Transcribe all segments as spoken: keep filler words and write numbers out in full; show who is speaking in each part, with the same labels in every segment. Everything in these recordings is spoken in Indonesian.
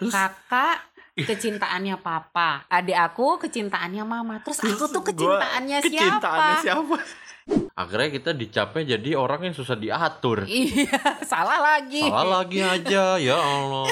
Speaker 1: Terus kakak kecintaannya papa, adik aku kecintaannya mama, terus aku tuh kecintaannya siapa?
Speaker 2: Kecintaannya siapa? Akhirnya kita dicapnya jadi orang yang susah diatur.
Speaker 1: Iya, salah lagi.
Speaker 2: Salah lagi aja, ya Allah.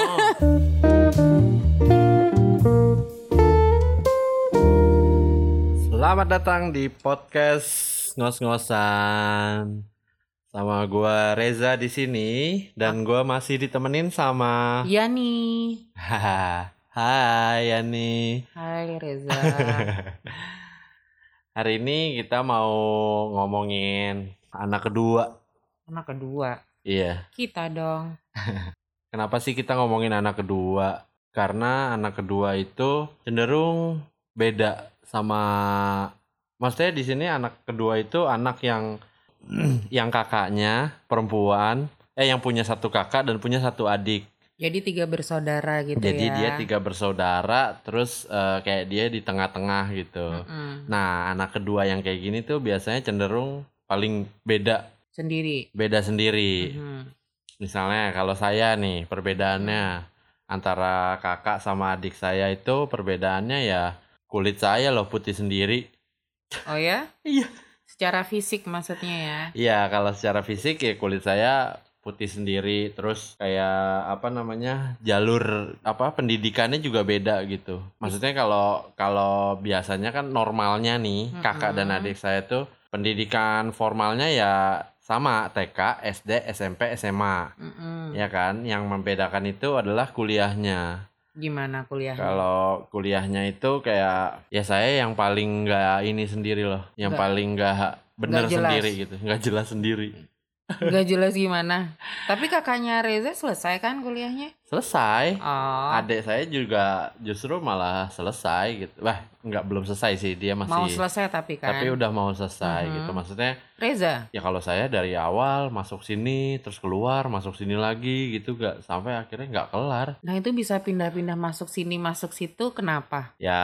Speaker 2: Selamat datang di podcast ngos-ngosan. Sama gua Reza di sini dan gua masih ditemenin sama
Speaker 1: Yani.
Speaker 2: Haha. Hai Yani.
Speaker 1: Hai Reza.
Speaker 2: Hari ini kita mau ngomongin anak kedua.
Speaker 1: Anak kedua.
Speaker 2: Iya.
Speaker 1: Kita dong.
Speaker 2: Kenapa sih kita ngomongin anak kedua? Karena anak kedua itu cenderung beda sama, maksudnya di sini anak kedua itu anak yang yang kakaknya perempuan, eh yang punya satu kakak dan punya satu adik.
Speaker 1: Jadi tiga bersaudara gitu.
Speaker 2: Jadi
Speaker 1: ya.
Speaker 2: dia tiga bersaudara, terus uh, kayak dia di tengah-tengah gitu.
Speaker 1: Mm-mm.
Speaker 2: Nah, anak kedua yang kayak gini tuh biasanya cenderung paling beda.
Speaker 1: Sendiri.
Speaker 2: Beda sendiri.
Speaker 1: Mm-hmm.
Speaker 2: Misalnya kalau saya nih perbedaannya mm. antara kakak sama adik saya itu perbedaannya ya kulit saya loh putih sendiri.
Speaker 1: Oh ya?
Speaker 2: Iya.
Speaker 1: Secara fisik maksudnya ya?
Speaker 2: Iya, kalau secara fisik ya kulit saya putih sendiri, terus kayak apa namanya jalur apa pendidikannya juga beda gitu. Maksudnya kalau kalau biasanya kan normalnya nih mm-hmm. kakak dan adik saya tuh pendidikan formalnya ya sama T K, S D, S M P, S M A, mm-hmm. ya kan. Yang membedakan itu adalah kuliahnya.
Speaker 1: Gimana kuliahnya?
Speaker 2: Kalau kuliahnya itu kayak ya saya yang paling nggak ini sendiri loh, yang gak, paling nggak bener sendiri gitu, nggak jelas sendiri.
Speaker 1: Gak jelas gimana. Tapi kakaknya Reza selesai kan kuliahnya?
Speaker 2: Selesai.
Speaker 1: Oh.
Speaker 2: Adik saya juga justru malah selesai gitu. Wah, nggak belum selesai sih, dia masih
Speaker 1: mau selesai tapi kan.
Speaker 2: Tapi udah mau selesai
Speaker 1: uh-huh.
Speaker 2: gitu. Maksudnya
Speaker 1: Reza.
Speaker 2: Ya kalau saya dari awal masuk sini terus keluar, masuk sini lagi gitu, gak sampai akhirnya nggak kelar.
Speaker 1: Nah, itu bisa pindah-pindah masuk sini, masuk situ kenapa?
Speaker 2: Ya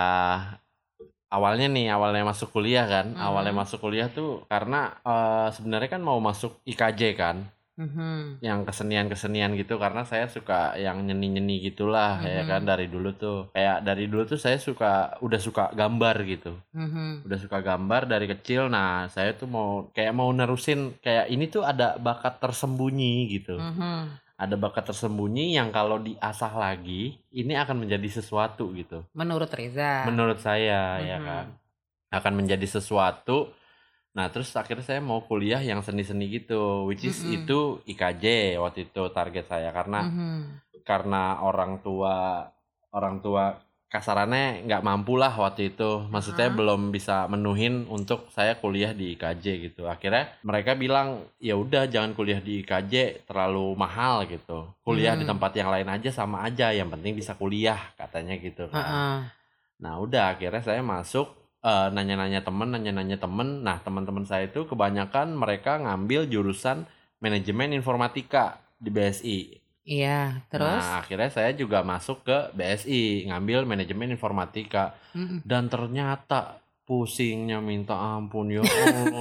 Speaker 2: awalnya nih, awalnya masuk kuliah kan, hmm. awalnya masuk kuliah tuh karena uh, sebenarnya kan mau masuk I K J kan, hmm. yang kesenian-kesenian gitu, karena saya suka yang nyeni-nyeni gitulah, hmm. ya kan dari dulu tuh, kayak dari dulu tuh saya suka, udah suka gambar gitu, hmm. udah suka gambar dari kecil. Nah saya tuh mau kayak mau nerusin kayak ini tuh ada bakat tersembunyi gitu. Hmm. Ada bakat tersembunyi yang kalau diasah lagi ini akan menjadi sesuatu gitu.
Speaker 1: Menurut Reza.
Speaker 2: Menurut saya mm-hmm. ya kan. Akan menjadi sesuatu. Nah, terus akhirnya saya mau kuliah yang seni-seni gitu, which is mm-hmm. itu I K J waktu itu target saya karena mm-hmm. karena orang tua orang tua kasarannya nggak mampu lah waktu itu, maksudnya uh-huh. belum bisa menuhin untuk saya kuliah di I K J gitu. Akhirnya mereka bilang ya udah jangan kuliah di I K J, terlalu mahal gitu. Kuliah hmm. di tempat yang lain aja sama aja, yang penting bisa kuliah katanya gitu kan. Uh-huh. Nah udah akhirnya saya masuk uh, nanya-nanya temen, nanya-nanya temen. Nah teman-teman saya itu kebanyakan mereka ngambil jurusan manajemen informatika di B S I.
Speaker 1: Iya, terus?
Speaker 2: Nah, akhirnya saya juga masuk ke B S I, ngambil manajemen informatika. Mm-mm. Dan ternyata pusingnya minta ampun, ya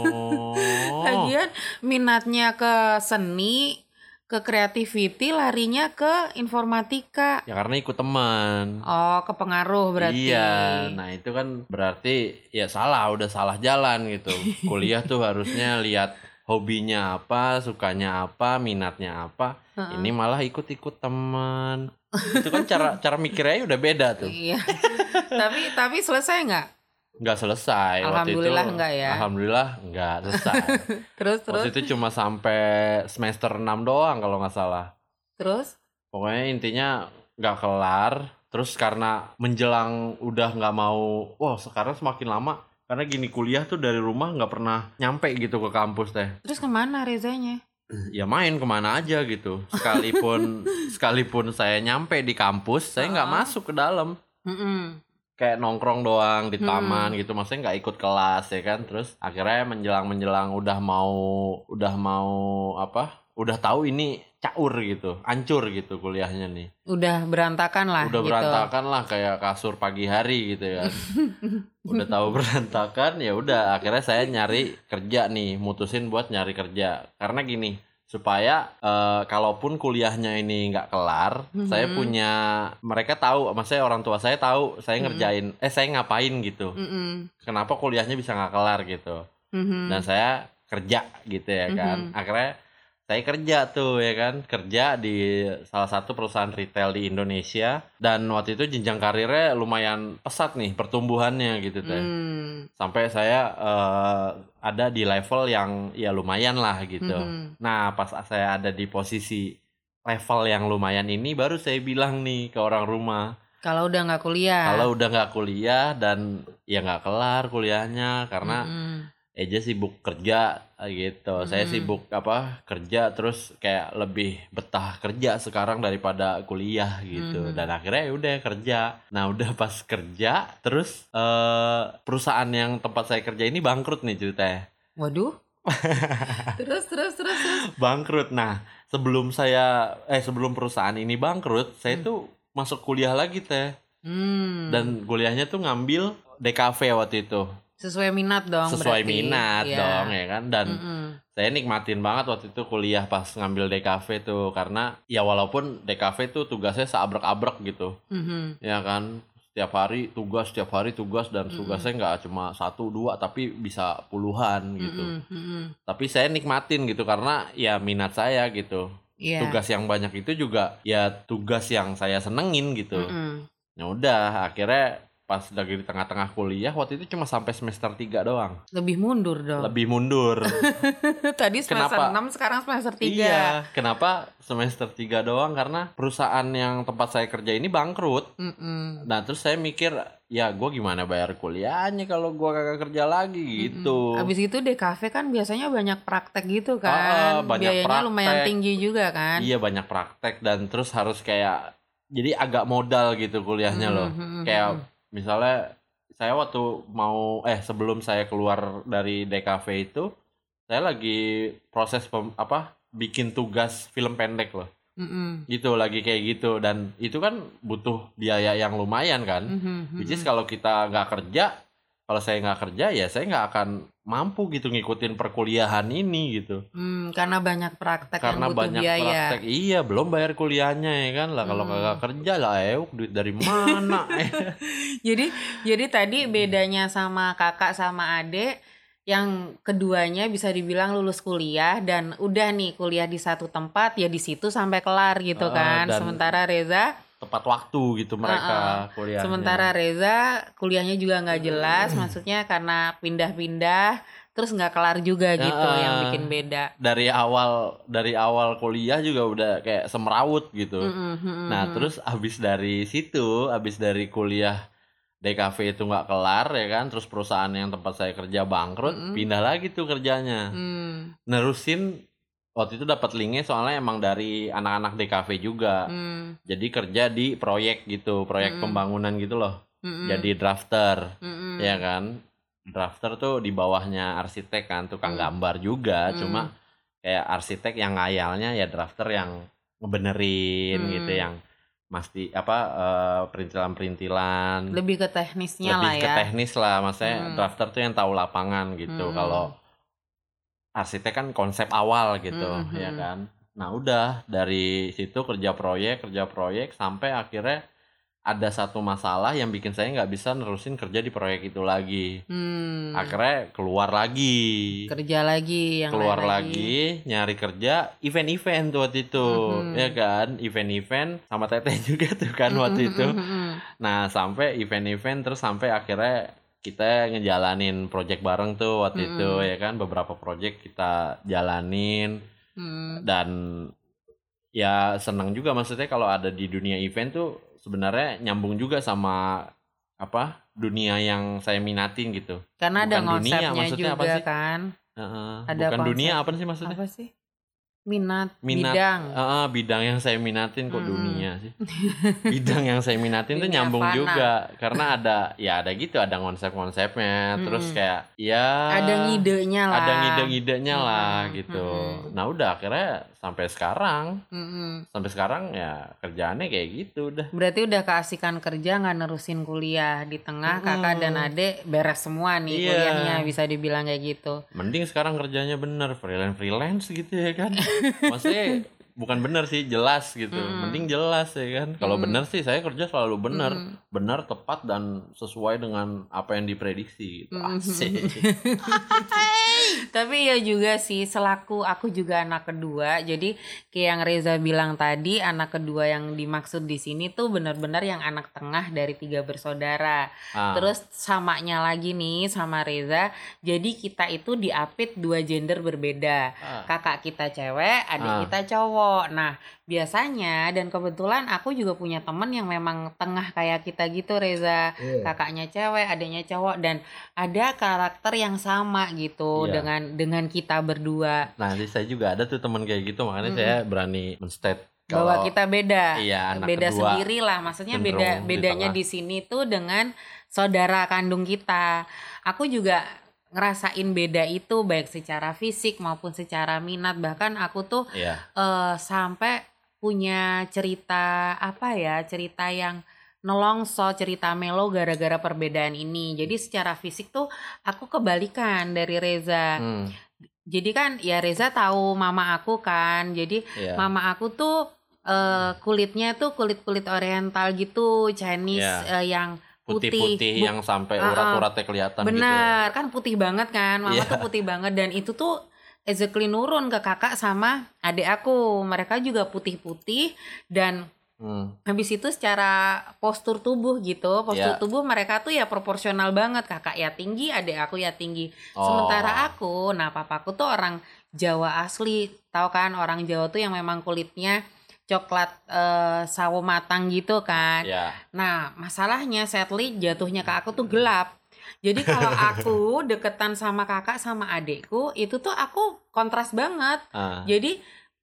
Speaker 2: Allah.
Speaker 1: Lagian minatnya ke seni, ke creativity, larinya ke informatika.
Speaker 2: Ya karena ikut teman.
Speaker 1: Oh, kepengaruh berarti.
Speaker 2: Iya, nah itu kan berarti ya salah, udah salah jalan gitu. Kuliah tuh harusnya lihat hobinya apa, sukanya apa, minatnya apa. Uh-uh. Ini malah ikut-ikut teman. Itu kan cara cara mikirnya udah beda tuh.
Speaker 1: Iya. tapi tapi selesai nggak?
Speaker 2: Nggak selesai.
Speaker 1: Alhamdulillah
Speaker 2: waktu itu,
Speaker 1: nggak ya.
Speaker 2: Alhamdulillah nggak selesai.
Speaker 1: terus terus.
Speaker 2: Waktu itu cuma sampai semester enam doang kalau nggak salah.
Speaker 1: Terus?
Speaker 2: Pokoknya intinya nggak kelar. Terus karena menjelang udah nggak mau, wah sekarang semakin lama. Karena gini kuliah tuh dari rumah nggak pernah nyampe gitu ke kampus teh.
Speaker 1: Terus kemana Rezanya?
Speaker 2: Ya main kemana aja gitu. Sekalipun sekalipun saya nyampe di kampus, saya nggak uh-uh. masuk ke dalam. Uh-uh. Kayak nongkrong doang di taman uh-uh. gitu. Maksudnya nggak ikut kelas ya kan. Terus akhirnya menjelang menjelang udah mau udah mau apa? Udah tahu ini caur gitu, hancur gitu kuliahnya nih.
Speaker 1: Udah berantakan lah.
Speaker 2: Udah
Speaker 1: gitu.
Speaker 2: berantakan lah kayak kasur pagi hari gitu ya. Udah tahu berantakan, ya udah akhirnya saya nyari kerja nih, mutusin buat nyari kerja. Karena gini, supaya uh, kalaupun kuliahnya ini nggak kelar, mm-hmm. saya punya, mereka tahu, maksudnya orang tua saya tahu saya ngerjain, mm-hmm. eh saya ngapain gitu, mm-hmm. kenapa kuliahnya bisa nggak kelar gitu, mm-hmm. dan saya kerja gitu ya kan, mm-hmm. akhirnya saya kerja tuh ya kan, kerja di salah satu perusahaan retail di Indonesia, dan waktu itu jenjang karirnya lumayan pesat nih pertumbuhannya gitu teh, mm. sampai saya uh, ada di level yang ya lumayan lah gitu. Mm-hmm. Nah pas saya ada di posisi level yang lumayan ini, baru saya bilang nih ke orang rumah,
Speaker 1: kalau udah nggak kuliah,
Speaker 2: kalau udah nggak kuliah dan ya nggak kelar kuliahnya karena mm-hmm. Eja sibuk kerja gitu, hmm. saya sibuk apa kerja, terus kayak lebih betah kerja sekarang daripada kuliah gitu, hmm. dan akhirnya ya udah kerja. Nah udah pas kerja, terus uh, perusahaan yang tempat saya kerja ini bangkrut nih ceritanya.
Speaker 1: Waduh. terus terus terus terus.
Speaker 2: Bangkrut. Nah sebelum saya eh sebelum perusahaan ini bangkrut, saya hmm. tuh masuk kuliah lagi teh, hmm. dan kuliahnya tuh ngambil D K V waktu itu.
Speaker 1: Sesuai minat dong
Speaker 2: Sesuai
Speaker 1: berarti.
Speaker 2: minat ya. dong ya kan. Dan
Speaker 1: Mm-mm.
Speaker 2: saya nikmatin banget waktu itu kuliah pas ngambil D K V tuh. Karena ya walaupun D K V tuh tugasnya seabrek-abrek gitu, mm-hmm. ya kan. Setiap hari tugas, setiap hari tugas. Dan mm-hmm. tugasnya gak cuma satu, dua, tapi bisa puluhan gitu, mm-hmm. Tapi saya nikmatin gitu karena ya minat saya gitu, yeah. Tugas yang banyak itu juga ya tugas yang saya senengin gitu, mm-hmm. Ya udah akhirnya pas lagi di tengah-tengah kuliah, waktu itu cuma sampai semester tiga doang.
Speaker 1: Lebih mundur dong.
Speaker 2: Lebih mundur.
Speaker 1: Tadi semester kenapa? enam, sekarang semester tiga.
Speaker 2: Iya, kenapa semester tiga doang? Karena perusahaan yang tempat saya kerja ini bangkrut. Mm-mm. Nah terus saya mikir, ya gue gimana bayar kuliahnya kalau gue kagak kerja lagi gitu.
Speaker 1: Mm-mm. Abis itu D K V kan biasanya banyak praktek gitu kan. Ah, banyak biayanya praktek. Lumayan tinggi juga kan.
Speaker 2: Iya banyak praktek, dan terus harus kayak, jadi agak modal gitu kuliahnya loh. Mm-hmm. Kayak misalnya saya waktu mau eh sebelum saya keluar dari D K V itu, saya lagi proses pem, apa bikin tugas film pendek loh, mm-hmm. gitu lagi kayak gitu, dan itu kan butuh biaya yang lumayan kan, mm-hmm. which is kalau kita nggak kerja, kalau saya nggak kerja ya saya nggak akan mampu gitu ngikutin perkuliahan ini gitu.
Speaker 1: Hmm, karena banyak praktek
Speaker 2: karena
Speaker 1: yang butuh
Speaker 2: banyak
Speaker 1: biaya.
Speaker 2: Praktek, iya belum bayar kuliahnya ya kan lah, kalau hmm. kagak kerja lah euk duit dari mana.
Speaker 1: jadi jadi tadi bedanya sama kakak sama adek, yang keduanya bisa dibilang lulus kuliah dan udah nih kuliah di satu tempat ya di situ sampai kelar gitu uh, kan. Sementara Reza
Speaker 2: tepat waktu gitu mereka uh-uh. kuliahnya.
Speaker 1: Sementara Reza kuliahnya juga nggak jelas, maksudnya karena pindah-pindah terus nggak kelar juga gitu, uh, yang bikin beda.
Speaker 2: Dari awal dari awal kuliah juga udah kayak semrawut gitu. Mm-hmm, mm-hmm. Nah terus abis dari situ, abis dari kuliah D K V itu nggak kelar ya kan, terus perusahaan yang tempat saya kerja bangkrut, mm-hmm. pindah lagi tuh kerjanya, mm. nerusin. Waktu itu dapat linknya soalnya emang dari anak-anak D K V juga, mm. jadi kerja di proyek gitu, proyek mm. pembangunan gitu loh, mm-mm. jadi drafter, mm-mm. ya kan, drafter tuh di bawahnya arsitek kan, tukang mm. gambar juga, mm. cuma kayak arsitek yang ngayalnya ya drafter yang ngebenerin mm. gitu, yang mesti apa uh, perintilan-perintilan,
Speaker 1: lebih ke teknisnya
Speaker 2: lebih
Speaker 1: lah ya,
Speaker 2: lebih ke teknis lah, maksudnya mm. drafter tuh yang tahu lapangan gitu, mm. kalau arsitek kan konsep awal gitu, mm-hmm. ya kan. Nah udah dari situ kerja proyek, kerja proyek sampai akhirnya ada satu masalah yang bikin saya nggak bisa nerusin kerja di proyek itu lagi. Hmm. Akhirnya keluar lagi.
Speaker 1: Kerja lagi, yang
Speaker 2: keluar
Speaker 1: lain
Speaker 2: lagi, lagi, nyari kerja event-event tuh waktu itu, mm-hmm. ya kan, event-event sama Teteh juga tuh kan mm-hmm. waktu itu. Nah sampai event-event terus sampai akhirnya kita ngejalanin project bareng tuh waktu mm-hmm. itu ya kan, beberapa project kita jalanin, mm. dan ya senang juga, maksudnya kalau ada di dunia event tuh sebenarnya nyambung juga sama apa dunia yang saya minatin gitu.
Speaker 1: Karena bukan ada konsepnya
Speaker 2: dunia,
Speaker 1: juga
Speaker 2: apa sih?
Speaker 1: kan.
Speaker 2: Uh, ada bukan konsep. Dunia apa sih maksudnya?
Speaker 1: Apa sih? Minat,
Speaker 2: minat
Speaker 1: bidang.
Speaker 2: Uh, bidang yang saya minatin kok hmm. dunia sih. Bidang yang saya minatin tuh nyambung fana. Juga karena ada ya ada gitu, ada konsep-konsepnya, hmm. terus kayak ya
Speaker 1: ada ngidenya lah.
Speaker 2: Ada ngide-ngidenya hmm. lah gitu. Hmm. Nah, udah akhirnya sampai sekarang. Hmm. Sampai sekarang ya kerjaannya kayak gitu udah.
Speaker 1: Berarti udah keasikan kerja, nggak nerusin kuliah di tengah, hmm. kakak dan adek beres semua nih yeah. kuliahnya, bisa dibilang kayak gitu.
Speaker 2: Mending sekarang kerjanya bener freelance-freelance gitu ya kan. Maksudnya bukan benar sih, jelas gitu.
Speaker 1: Mm.
Speaker 2: Mending jelas ya kan. Kalau
Speaker 1: Mm.
Speaker 2: benar sih saya kerja selalu benar.
Speaker 1: Mm.
Speaker 2: Benar, tepat dan sesuai dengan apa yang diprediksi gitu.
Speaker 1: Mm.
Speaker 2: Asik.
Speaker 1: Tapi ya juga sih, selaku aku juga anak kedua, jadi kayak yang Reza bilang tadi, anak kedua yang dimaksud di sini tuh benar-benar yang anak tengah dari tiga bersaudara.
Speaker 2: Ah.
Speaker 1: Terus samanya lagi nih sama Reza, jadi kita itu diapit dua gender berbeda.
Speaker 2: Ah.
Speaker 1: Kakak kita cewek, adik
Speaker 2: Ah.
Speaker 1: kita cowok. Nah, biasanya dan kebetulan aku juga punya temen yang memang tengah kayak kita gitu, Reza.
Speaker 2: Yeah.
Speaker 1: Kakaknya cewek, adiknya cowok, dan ada karakter yang sama gitu
Speaker 2: Iya.
Speaker 1: dengan dengan kita berdua.
Speaker 2: Nah, di saya juga ada tuh teman kayak gitu, makanya
Speaker 1: Mm-mm.
Speaker 2: saya berani men-state
Speaker 1: Bahwa
Speaker 2: kalau
Speaker 1: kita beda.
Speaker 2: iya, anak
Speaker 1: Beda
Speaker 2: kedua
Speaker 1: sendiri lah, maksudnya
Speaker 2: cenderung
Speaker 1: beda
Speaker 2: di
Speaker 1: bedanya
Speaker 2: tengah.
Speaker 1: di sini tuh dengan saudara kandung kita. Aku juga ngerasain beda itu baik secara fisik maupun secara minat. Bahkan aku tuh
Speaker 2: Iya.
Speaker 1: eh, sampai punya cerita apa ya, cerita yang nelongso, cerita melo gara-gara perbedaan ini. Jadi secara fisik tuh aku kebalikan dari Reza.
Speaker 2: Hmm.
Speaker 1: Jadi kan ya Reza tahu mama aku kan. Jadi
Speaker 2: Iya.
Speaker 1: mama aku tuh eh, kulitnya tuh kulit-kulit oriental gitu, Chinese
Speaker 2: Iya.
Speaker 1: eh, yang putih.
Speaker 2: Putih-putih
Speaker 1: Bu-
Speaker 2: yang sampai
Speaker 1: Uh-uh.
Speaker 2: urat-uratnya kelihatan gitu.
Speaker 1: Benar, kan putih banget kan. Mama
Speaker 2: Iya.
Speaker 1: tuh putih banget, dan itu tuh exactly nurun ke kakak sama adik aku. Mereka juga putih-putih, dan
Speaker 2: Hmm.
Speaker 1: habis itu secara postur tubuh gitu, postur
Speaker 2: Iya.
Speaker 1: tubuh mereka tuh ya proporsional banget. Kakak ya tinggi, adik aku ya tinggi.
Speaker 2: Oh.
Speaker 1: Sementara aku, nah papaku tuh orang Jawa asli. Tahu kan, orang Jawa tuh yang memang kulitnya coklat eh, sawo matang gitu kan.
Speaker 2: Ya.
Speaker 1: Nah, masalahnya sadly jatuhnya ke aku tuh gelap. Jadi kalau aku deketan sama kakak sama adekku, itu tuh aku kontras banget.
Speaker 2: Ah.
Speaker 1: Jadi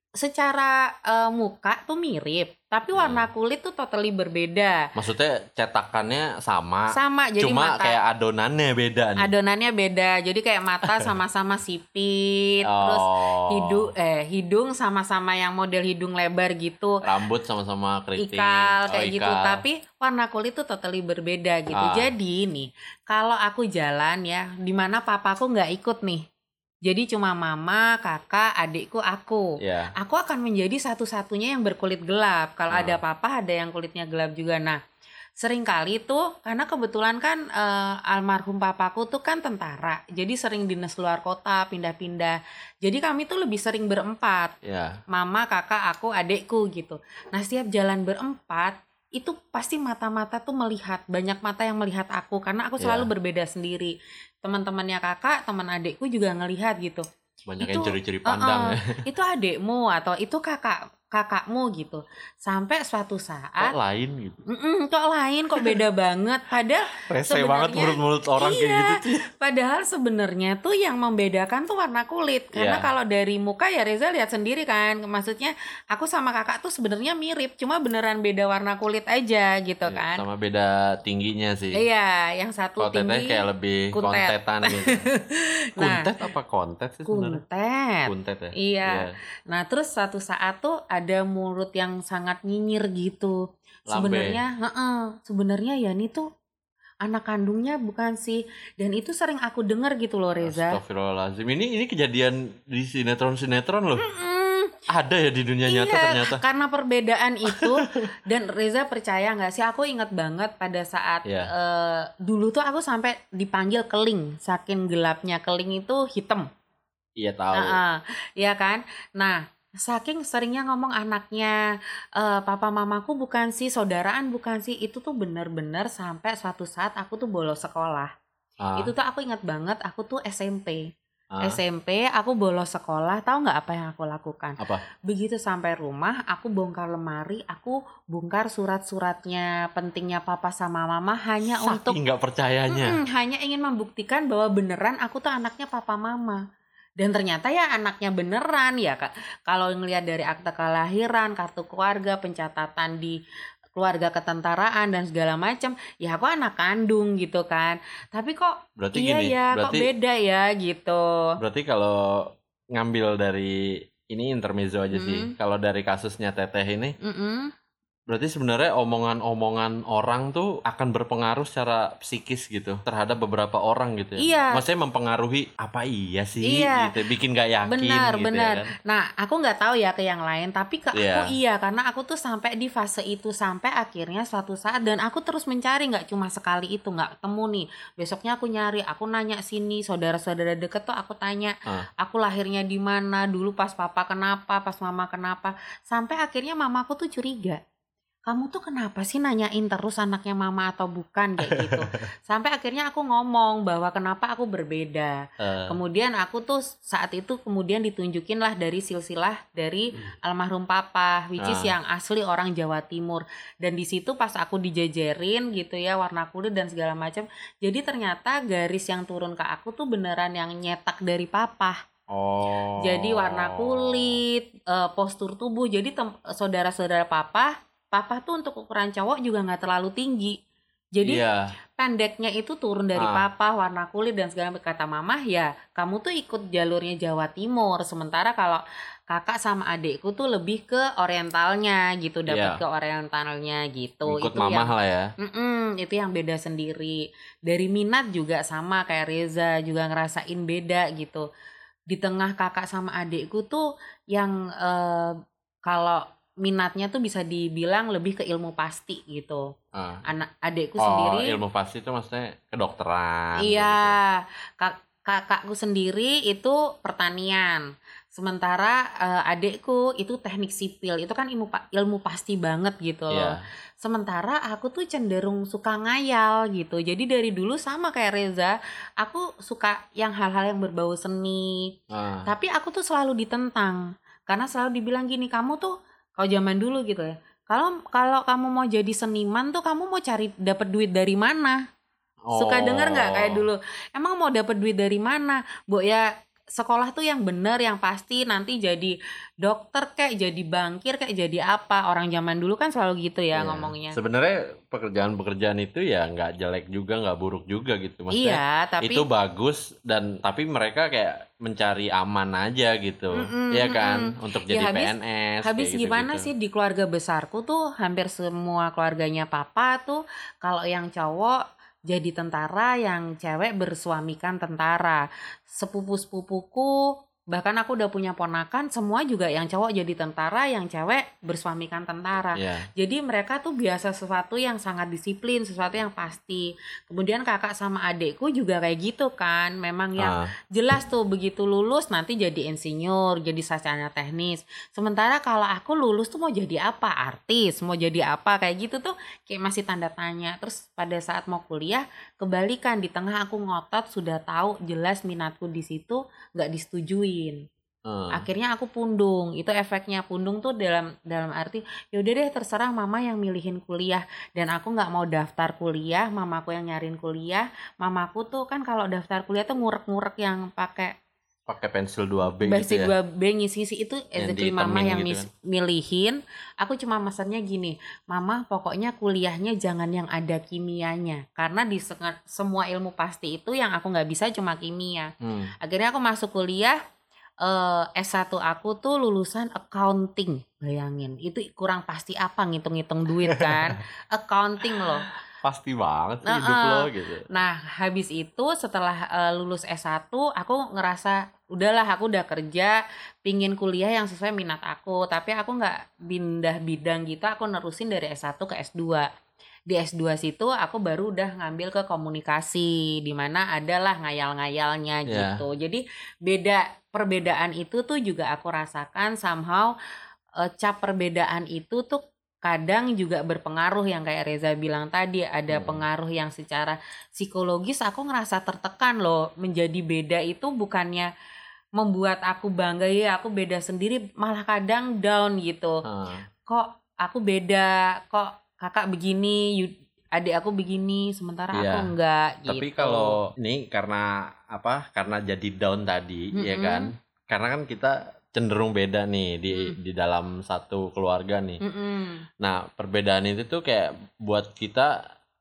Speaker 1: secara eh, muka tuh mirip, tapi warna kulit tuh totally berbeda.
Speaker 2: Maksudnya cetakannya sama,
Speaker 1: Sama, jadi
Speaker 2: cuma
Speaker 1: mata
Speaker 2: kayak adonannya beda nih.
Speaker 1: adonannya beda. Jadi kayak mata sama-sama sipit, terus
Speaker 2: Oh.
Speaker 1: hidung eh hidung sama-sama yang model hidung lebar gitu.
Speaker 2: Rambut sama-sama keriting.
Speaker 1: Ikal
Speaker 2: Oh,
Speaker 1: kayak gitu,
Speaker 2: ikal.
Speaker 1: tapi warna kulit tuh totally berbeda gitu.
Speaker 2: Ah.
Speaker 1: Jadi nih, kalau aku jalan ya, dimana papaku nggak ikut nih, jadi cuma mama, kakak, adikku, aku.
Speaker 2: Ya.
Speaker 1: Aku akan menjadi satu-satunya yang berkulit gelap. Kalau
Speaker 2: Ah.
Speaker 1: ada papa, ada yang kulitnya gelap juga. Nah, seringkali tuh karena kebetulan kan eh, almarhum papaku tuh kan tentara, jadi sering dinas luar kota, pindah-pindah. Jadi kami tuh lebih sering berempat,
Speaker 2: Ya.
Speaker 1: mama, kakak, aku, adekku gitu. Nah, setiap jalan berempat itu pasti mata-mata tuh melihat, banyak mata yang melihat aku karena aku selalu
Speaker 2: Iya.
Speaker 1: berbeda sendiri. Teman-temannya kakak, teman adekku juga ngelihat gitu.
Speaker 2: Banyak
Speaker 1: Itu,
Speaker 2: yang curi-curi pandang.
Speaker 1: uh-uh, itu adekmu atau itu kakak kakakmu gitu. Sampai suatu
Speaker 2: Kok
Speaker 1: saat,
Speaker 2: lain gitu.
Speaker 1: "Mm-mm, kok lain, kok beda banget." Padahal
Speaker 2: Rese banget
Speaker 1: sebenarnya
Speaker 2: mulut-mulut orang kayak
Speaker 1: iya,
Speaker 2: gitu.
Speaker 1: padahal sebenarnya tuh yang membedakan tuh warna kulit. Karena
Speaker 2: Iya.
Speaker 1: kalau dari muka ya Reza lihat sendiri kan. Maksudnya aku sama kakak tuh sebenarnya mirip, cuma beneran beda warna kulit aja gitu kan.
Speaker 2: Sama beda tingginya sih.
Speaker 1: Iya, yang satu
Speaker 2: Kalau teteh
Speaker 1: tinggi
Speaker 2: kayak lebih
Speaker 1: kuntet.
Speaker 2: kontetan gitu.
Speaker 1: Nah,
Speaker 2: Kuntet apa kontet sih sebenarnya?
Speaker 1: kuntet.
Speaker 2: Kuntet ya.
Speaker 1: Iya. Nah, terus suatu saat tuh ada mulut yang sangat nyinyir gitu.
Speaker 2: Lambe.
Speaker 1: Sebenarnya, heeh, sebenarnya Yani tuh anak kandungnya bukan sih. Dan itu sering aku dengar gitu loh, Reza.
Speaker 2: Astagfirullahaladzim. Ini ini kejadian di sinetron-sinetron loh.
Speaker 1: Mm-mm.
Speaker 2: Ada ya di dunia nyata
Speaker 1: Iya,
Speaker 2: ternyata.
Speaker 1: karena perbedaan itu. Dan Reza percaya nggak sih? Aku ingat banget pada saat
Speaker 2: Iya.
Speaker 1: eh, dulu tuh aku sampai dipanggil keling, saking gelapnya. Keling itu hitam.
Speaker 2: Iya tahu.
Speaker 1: Heeh, iya kan? Nah, saking seringnya ngomong anaknya, eh, papa mamaku bukan sih, saudaraan bukan sih, itu tuh bener-bener sampai suatu saat aku tuh bolos sekolah.
Speaker 2: Ah,
Speaker 1: Itu tuh aku ingat banget, aku tuh S M P.
Speaker 2: ah.
Speaker 1: S M P aku bolos sekolah, tahu nggak apa yang aku lakukan?
Speaker 2: Apa?
Speaker 1: Begitu sampai rumah, aku bongkar lemari, aku bongkar surat-suratnya pentingnya papa sama mama hanya untuk
Speaker 2: Saking nggak percayanya.
Speaker 1: Mm-mm, hanya ingin membuktikan bahwa beneran aku tuh anaknya papa mama. Dan ternyata ya anaknya beneran ya Kak. Kalau ngelihat dari akte kelahiran, kartu keluarga, pencatatan di keluarga ketentaraan dan segala macam, ya aku anak kandung gitu kan. Tapi kok
Speaker 2: Berarti
Speaker 1: iya
Speaker 2: gini,
Speaker 1: ya, kok
Speaker 2: berarti
Speaker 1: beda ya gitu.
Speaker 2: berarti kalau ngambil dari ini intermezzo aja sih.
Speaker 1: Mm.
Speaker 2: Kalau dari kasusnya Teteh ini,
Speaker 1: Mm-mm.
Speaker 2: Berarti sebenarnya omongan-omongan orang tuh akan berpengaruh secara psikis gitu terhadap beberapa orang gitu ya.
Speaker 1: Iya.
Speaker 2: Maksudnya mempengaruhi apa iya sih
Speaker 1: Iya.
Speaker 2: gitu, bikin gak yakin
Speaker 1: Benar,
Speaker 2: gitu
Speaker 1: benar.
Speaker 2: ya kan.
Speaker 1: Nah, aku nggak tahu ya ke yang lain, tapi ke
Speaker 2: Iya.
Speaker 1: aku iya karena aku tuh sampai di fase itu sampai akhirnya suatu saat dan aku terus mencari, nggak cuma sekali itu, nggak ketemu nih. Besoknya aku nyari, aku nanya sini, saudara-saudara deket tuh aku tanya,
Speaker 2: Ah.
Speaker 1: aku lahirnya di mana, dulu pas papa kenapa, pas mama kenapa, sampai akhirnya mamaku tuh curiga. Kamu tuh kenapa sih nanyain terus anaknya mama atau bukan kayak gitu. Sampai akhirnya aku ngomong bahwa kenapa aku berbeda.
Speaker 2: Eh,
Speaker 1: Kemudian aku tuh saat itu kemudian ditunjukin lah dari silsilah dari almarhum papa, which is
Speaker 2: Ah.
Speaker 1: yang asli orang Jawa Timur. Dan di situ pas aku dijejerin gitu ya warna kulit dan segala macam. Jadi ternyata garis yang turun ke aku tuh beneran yang nyetak dari papa.
Speaker 2: oh.
Speaker 1: Jadi warna kulit, eh, postur tubuh. Jadi tem- saudara-saudara papa, papa tuh untuk ukuran cowok juga nggak terlalu tinggi. Jadi
Speaker 2: Iya.
Speaker 1: pendeknya itu turun dari
Speaker 2: Ah.
Speaker 1: papa, warna kulit dan segala macam. Kata mama ya kamu tuh ikut jalurnya Jawa Timur. Sementara kalau kakak sama adikku tuh lebih ke orientalnya gitu, dapat
Speaker 2: Iya.
Speaker 1: ke orientalnya gitu.
Speaker 2: Ikut
Speaker 1: Itu
Speaker 2: mamah
Speaker 1: yang
Speaker 2: lah ya.
Speaker 1: Mm-mm, itu yang beda sendiri. Dari minat juga sama kayak Reza juga ngerasain beda gitu. Di tengah kakak sama adikku tuh yang eh, kalau minatnya tuh bisa dibilang lebih ke ilmu pasti gitu.
Speaker 2: Ah.
Speaker 1: Anak adikku
Speaker 2: Oh,
Speaker 1: sendiri
Speaker 2: ilmu pasti itu maksudnya kedokteran.
Speaker 1: iya, kak kakakku sendiri itu pertanian. Sementara eh, adikku itu teknik sipil. Itu kan ilmu pa- ilmu pasti banget gitu
Speaker 2: gitu.
Speaker 1: loh.
Speaker 2: Iya.
Speaker 1: Sementara aku tuh cenderung suka ngayal gitu. Jadi dari dulu sama kayak Reza, aku suka yang hal-hal yang berbau seni.
Speaker 2: Ah.
Speaker 1: Tapi aku tuh selalu ditentang. Karena selalu dibilang gini, kamu tuh kalau zaman dulu gitu ya. Kalau kalau kamu mau jadi seniman tuh kamu mau cari dapat duit dari mana? Suka denger nggak kayak
Speaker 2: Oh.
Speaker 1: dulu? Emang mau dapat duit dari mana? Bu ya sekolah tuh yang bener, yang pasti nanti jadi dokter kayak jadi bankir kayak jadi apa. Orang zaman dulu kan selalu gitu ya
Speaker 2: Iya.
Speaker 1: ngomongnya.
Speaker 2: Sebenarnya pekerjaan-pekerjaan itu ya nggak jelek juga, nggak buruk juga gitu. Maksudnya
Speaker 1: Iya, tapi
Speaker 2: itu bagus dan tapi mereka kayak mencari aman aja gitu,
Speaker 1: Mm-mm,
Speaker 2: iya kan,
Speaker 1: mm-mm.
Speaker 2: untuk
Speaker 1: Ya
Speaker 2: jadi
Speaker 1: habis
Speaker 2: P N S
Speaker 1: habis
Speaker 2: kayak
Speaker 1: gimana
Speaker 2: gitu-gitu.
Speaker 1: sih di keluarga besarku tuh hampir semua keluarganya papa tuh kalau yang cowok jadi tentara, yang cewek bersuamikan tentara. Sepupu-sepupuku bahkan aku udah punya ponakan semua juga yang cowok jadi tentara, yang cewek bersuamikan tentara.
Speaker 2: Iya.
Speaker 1: Jadi mereka tuh biasa sesuatu yang sangat disiplin, sesuatu yang pasti. Kemudian kakak sama adekku juga kayak gitu kan. Memang yang
Speaker 2: Ah.
Speaker 1: jelas tuh begitu lulus nanti jadi insinyur, jadi sarjana teknis. Sementara kalau aku lulus tuh mau jadi apa? Artis, mau jadi apa? Kayak gitu tuh kayak masih tanda tanya. Terus pada saat mau kuliah kebalikan, di tengah aku ngotot sudah tahu jelas minatku di situ nggak disetujui.
Speaker 2: Hmm.
Speaker 1: Akhirnya aku pundung. Itu efeknya pundung tuh dalam dalam arti yaudah deh terserah mama yang milihin kuliah dan aku nggak mau daftar kuliah, mamaku yang nyariin kuliah. Mamaku tuh kan kalau daftar kuliah tuh ngurek-ngurek yang pakai
Speaker 2: Pakai pensil dua B
Speaker 1: basic
Speaker 2: gitu ya.
Speaker 1: dua B ngisi-ngisi itu exactly mama
Speaker 2: ditemin
Speaker 1: yang
Speaker 2: gitu
Speaker 1: mis-
Speaker 2: kan.
Speaker 1: milihin. Aku cuma pesannya gini, mama pokoknya kuliahnya jangan yang ada kimianya karena di se- semua ilmu pasti itu yang aku nggak bisa cuma kimia.
Speaker 2: Hmm.
Speaker 1: Akhirnya aku masuk kuliah. eh, S satu aku tuh lulusan accounting, bayangin itu kurang pasti apa ngitung-ngitung duit kan. Accounting loh.
Speaker 2: Pasti banget sih
Speaker 1: Nah,
Speaker 2: hidup
Speaker 1: eh,
Speaker 2: lo gitu.
Speaker 1: nah habis itu setelah eh, lulus S satu aku ngerasa udahlah aku udah kerja, pingin kuliah yang sesuai minat aku, tapi aku nggak pindah bidang gitu, aku nerusin dari S satu ke S dua. Di S dua situ aku baru udah ngambil ke komunikasi, di mana adalah ngayal-ngayalnya
Speaker 2: Iya.
Speaker 1: gitu. Jadi beda perbedaan itu tuh juga aku rasakan somehow eh, cap perbedaan itu tuh kadang juga berpengaruh yang kayak Reza bilang tadi, ada
Speaker 2: Hmm.
Speaker 1: pengaruh yang secara psikologis aku ngerasa tertekan loh. Menjadi beda itu bukannya membuat aku bangga ya aku beda sendiri, malah kadang down gitu.
Speaker 2: Hmm.
Speaker 1: Kok aku beda, kok kakak begini, yu- adik aku begini, sementara
Speaker 2: Iya.
Speaker 1: aku enggak gitu.
Speaker 2: Tapi kalau ini karena apa? Karena jadi down tadi, ya
Speaker 1: Mm-mm.
Speaker 2: kan? Karena kan kita cenderung beda nih di
Speaker 1: Mm.
Speaker 2: di dalam satu keluarga nih.
Speaker 1: Mm-mm.
Speaker 2: Nah, perbedaan itu tuh kayak buat kita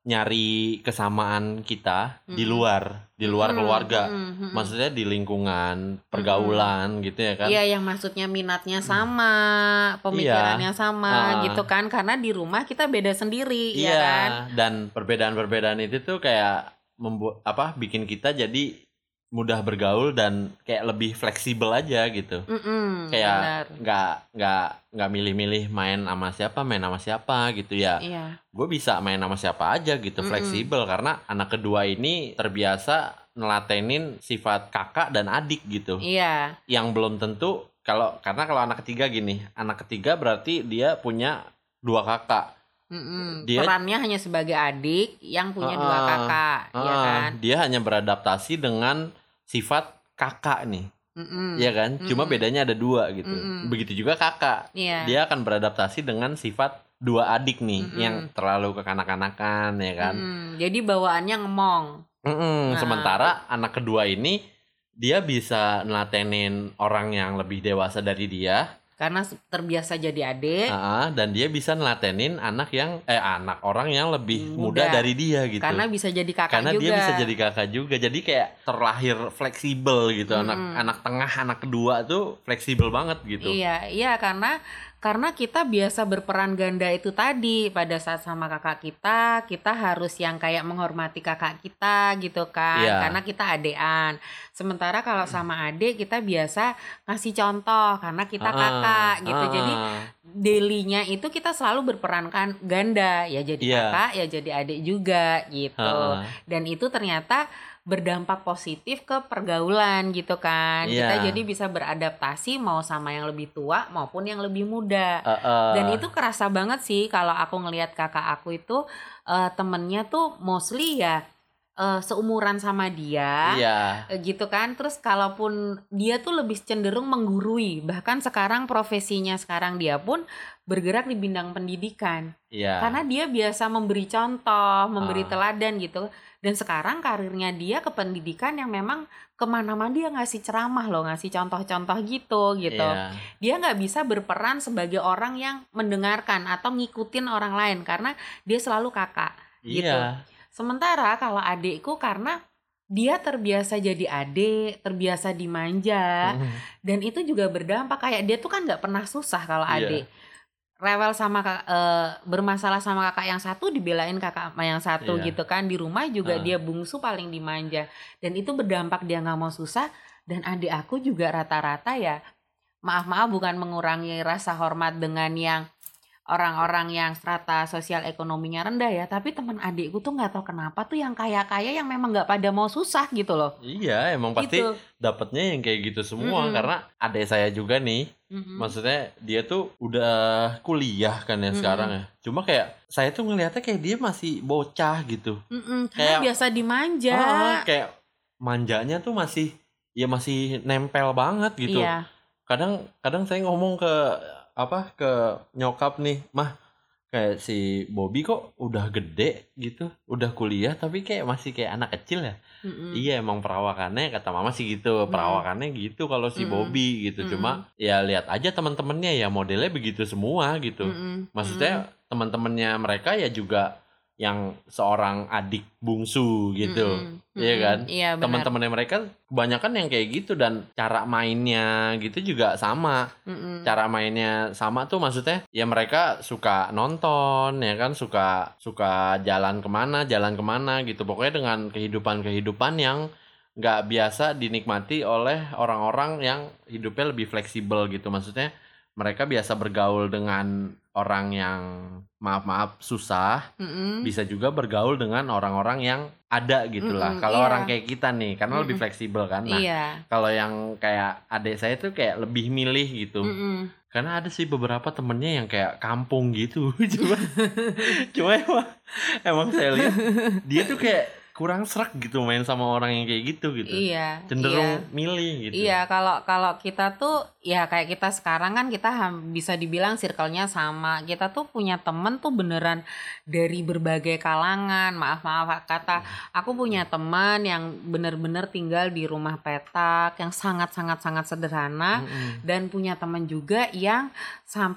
Speaker 2: nyari kesamaan kita
Speaker 1: Mm-mm.
Speaker 2: di luar, di luar
Speaker 1: Mm-mm,
Speaker 2: keluarga.
Speaker 1: mm-mm, mm-mm.
Speaker 2: Maksudnya di lingkungan, pergaulan gitu ya kan.
Speaker 1: Iya, yang maksudnya minatnya sama, pemikirannya sama
Speaker 2: Ah.
Speaker 1: gitu kan. Karena di rumah kita beda sendiri, ya
Speaker 2: Iya,
Speaker 1: kan?
Speaker 2: dan perbedaan-perbedaan itu tuh kayak membuat apa bikin kita jadi mudah bergaul dan kayak lebih fleksibel aja gitu.
Speaker 1: Mm-mm,
Speaker 2: Kayak
Speaker 1: benar.
Speaker 2: nggak nggak nggak milih-milih main sama siapa, main sama siapa gitu ya.
Speaker 1: Iya.
Speaker 2: Gue bisa main sama siapa aja gitu,
Speaker 1: Mm-mm.
Speaker 2: fleksibel karena anak kedua ini terbiasa nelatenin sifat kakak dan adik gitu.
Speaker 1: Iya.
Speaker 2: Yang belum tentu kalau karena kalau anak ketiga gini, anak ketiga berarti dia punya dua kakak.
Speaker 1: Mm-mm.
Speaker 2: Dia-
Speaker 1: Perannya hanya sebagai adik yang punya
Speaker 2: Ah,
Speaker 1: dua kakak, ya
Speaker 2: Ah,
Speaker 1: kan?
Speaker 2: Dia hanya beradaptasi dengan sifat kakak nih,
Speaker 1: Mm-mm.
Speaker 2: ya kan? Cuma
Speaker 1: Mm-mm.
Speaker 2: bedanya ada dua gitu.
Speaker 1: Mm-mm.
Speaker 2: Begitu juga kakak,
Speaker 1: Iya.
Speaker 2: dia akan beradaptasi dengan sifat dua adik nih
Speaker 1: Mm-mm.
Speaker 2: yang terlalu kekanak-kanakan, ya kan?
Speaker 1: Mm-mm. Jadi bawaannya ngemong.
Speaker 2: Mm-mm.
Speaker 1: Nah.
Speaker 2: Sementara anak kedua ini dia bisa nelatenin orang yang lebih dewasa dari dia.
Speaker 1: Karena terbiasa jadi adik.
Speaker 2: Ah, dan dia bisa nelatenin anak yang eh anak orang yang lebih muda,
Speaker 1: Muda.
Speaker 2: dari dia gitu.
Speaker 1: Karena bisa jadi kakak
Speaker 2: Karena
Speaker 1: juga.
Speaker 2: dia bisa jadi kakak juga. Jadi kayak terlahir fleksibel gitu. Anak
Speaker 1: Mm-mm.
Speaker 2: anak tengah, anak kedua tuh fleksibel banget gitu.
Speaker 1: Iya, iya karena karena kita biasa berperan ganda itu tadi. Pada saat sama kakak kita, kita harus yang kayak menghormati kakak kita gitu kan.
Speaker 2: Iya.
Speaker 1: Karena kita adean. Sementara kalau sama adik kita biasa ngasih contoh karena kita
Speaker 2: Ah,
Speaker 1: kakak gitu.
Speaker 2: ah,
Speaker 1: Jadi daily-nya itu kita selalu berperankan ganda, ya jadi
Speaker 2: Iya.
Speaker 1: kakak, ya jadi adik juga gitu.
Speaker 2: ah, ah.
Speaker 1: Dan itu ternyata berdampak positif ke pergaulan gitu kan.
Speaker 2: Iya.
Speaker 1: Kita jadi bisa beradaptasi mau sama yang lebih tua maupun yang lebih muda.
Speaker 2: Ah, ah.
Speaker 1: Dan itu kerasa banget sih kalau aku ngelihat kakak aku itu eh, temennya tuh mostly ya eh, seumuran sama dia.
Speaker 2: Iya.
Speaker 1: Eh, gitu kan. Terus kalaupun dia tuh lebih cenderung menggurui. Bahkan sekarang profesinya sekarang dia pun bergerak di bidang pendidikan.
Speaker 2: Iya.
Speaker 1: Karena dia biasa memberi contoh, memberi
Speaker 2: Ah.
Speaker 1: teladan gitu. Dan sekarang karirnya dia ke pendidikan yang memang kemana-mana dia ngasih ceramah loh, ngasih contoh-contoh gitu gitu.
Speaker 2: Iya.
Speaker 1: Dia nggak bisa berperan sebagai orang yang mendengarkan atau ngikutin orang lain karena dia selalu kakak gitu.
Speaker 2: Iya.
Speaker 1: Sementara kalau adikku karena dia terbiasa jadi adik, terbiasa dimanja,
Speaker 2: Mm.
Speaker 1: dan itu juga berdampak kayak dia tuh kan nggak pernah susah kalau
Speaker 2: Iya.
Speaker 1: adik. Rewel sama kak, eh, bermasalah sama kakak yang satu dibelain kakak sama yang satu
Speaker 2: Iya.
Speaker 1: gitu kan. Di rumah juga
Speaker 2: Ah.
Speaker 1: dia bungsu paling dimanja. Dan itu berdampak dia nggak mau susah. Dan adik aku juga rata-rata ya, maaf-maaf bukan mengurangi rasa hormat dengan yang orang-orang yang strata sosial ekonominya rendah ya, tapi teman adikku tuh nggak tahu kenapa tuh yang kaya-kaya yang memang nggak pada mau susah gitu loh.
Speaker 2: Iya, emang pasti
Speaker 1: Gitu.
Speaker 2: dapatnya yang kayak gitu semua.
Speaker 1: Mm-mm.
Speaker 2: Karena adik saya juga nih,
Speaker 1: Mm-mm.
Speaker 2: maksudnya dia tuh udah kuliah kan ya
Speaker 1: Mm-mm.
Speaker 2: sekarang ya. Cuma kayak saya tuh ngelihatnya kayak dia masih bocah gitu.
Speaker 1: Mm-mm, karena
Speaker 2: kayak-
Speaker 1: biasa dimanja.
Speaker 2: Ah, kayak manjanya tuh masih ya masih nempel banget gitu.
Speaker 1: Iya.
Speaker 2: Kadang kadang saya ngomong ke apa ke nyokap nih, mah kayak si Bobby kok udah gede gitu, udah kuliah tapi kayak masih kayak anak kecil ya.
Speaker 1: Mm-mm.
Speaker 2: Iya emang perawakannya kata mama sih gitu, perawakannya gitu kalau si
Speaker 1: Mm-mm.
Speaker 2: Bobby gitu. Cuma ya lihat aja teman-temannya ya modelnya begitu semua gitu.
Speaker 1: Mm-mm.
Speaker 2: Maksudnya teman-temannya mereka ya juga yang seorang adik bungsu gitu.
Speaker 1: Mm-mm.
Speaker 2: Iya
Speaker 1: Mm-mm.
Speaker 2: kan?
Speaker 1: Iya benar.
Speaker 2: Teman-temannya mereka kebanyakan yang kayak gitu dan cara mainnya gitu juga sama.
Speaker 1: Mm-mm.
Speaker 2: Cara mainnya sama tuh maksudnya ya mereka suka nonton ya kan, suka suka jalan kemana jalan kemana gitu, pokoknya dengan kehidupan-kehidupan yang nggak biasa dinikmati oleh orang-orang yang hidupnya lebih fleksibel gitu. Maksudnya mereka biasa bergaul dengan orang yang maaf-maaf susah,
Speaker 1: Mm-mm.
Speaker 2: bisa juga bergaul dengan orang-orang yang ada gitulah.
Speaker 1: Mm-mm,
Speaker 2: Kalau
Speaker 1: iya.
Speaker 2: orang kayak kita nih karena lebih
Speaker 1: Mm-mm.
Speaker 2: fleksibel kan. Nah,
Speaker 1: Iya.
Speaker 2: kalau yang kayak adik saya tuh kayak lebih milih gitu.
Speaker 1: Mm-mm.
Speaker 2: Karena ada sih beberapa temennya yang kayak kampung gitu. Cuma cuma emang, emang saya lihat dia tuh kayak kurang serak gitu main sama orang yang kayak gitu gitu.
Speaker 1: Iya.
Speaker 2: Cenderung
Speaker 1: iya.
Speaker 2: milih gitu.
Speaker 1: Iya, kalau kalau kita tuh ya kayak kita sekarang kan kita ham- bisa dibilang circle-nya sama. Kita tuh punya temen tuh beneran dari berbagai kalangan. Maaf maaf kata, aku punya teman yang bener-bener tinggal di rumah petak yang sangat sangat sangat sederhana.
Speaker 2: Mm-mm.
Speaker 1: Dan punya teman juga yang sampai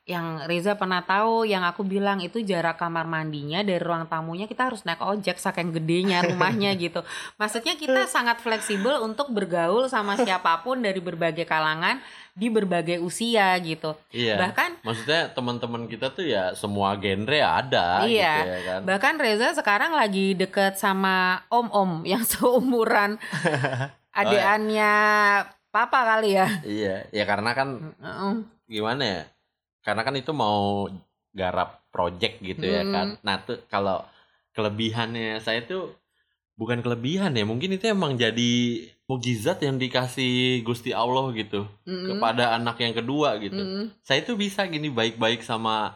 Speaker 1: yang Reza pernah tahu, yang aku bilang itu jarak kamar mandinya dari ruang tamunya kita harus naik ojek saking gedenya rumahnya gitu. Maksudnya kita sangat fleksibel untuk bergaul sama siapapun dari berbagai kalangan di berbagai usia gitu.
Speaker 2: Iya.
Speaker 1: Bahkan
Speaker 2: maksudnya teman-teman kita tuh ya semua genre ada
Speaker 1: iya,
Speaker 2: gitu ya kan.
Speaker 1: Bahkan Reza sekarang lagi deket sama om-om yang seumuran adeannya papa kali ya.
Speaker 2: Iya, ya karena kan
Speaker 1: Uh-uh.
Speaker 2: gimana ya? Karena kan itu mau garap project gitu ya kan. Nah tuh kalau kelebihannya saya tuh bukan kelebihan ya, mungkin itu emang jadi mukjizat yang dikasih Gusti Allah gitu
Speaker 1: Mm-mm.
Speaker 2: kepada anak yang kedua gitu.
Speaker 1: Mm-mm.
Speaker 2: Saya tuh bisa gini baik-baik sama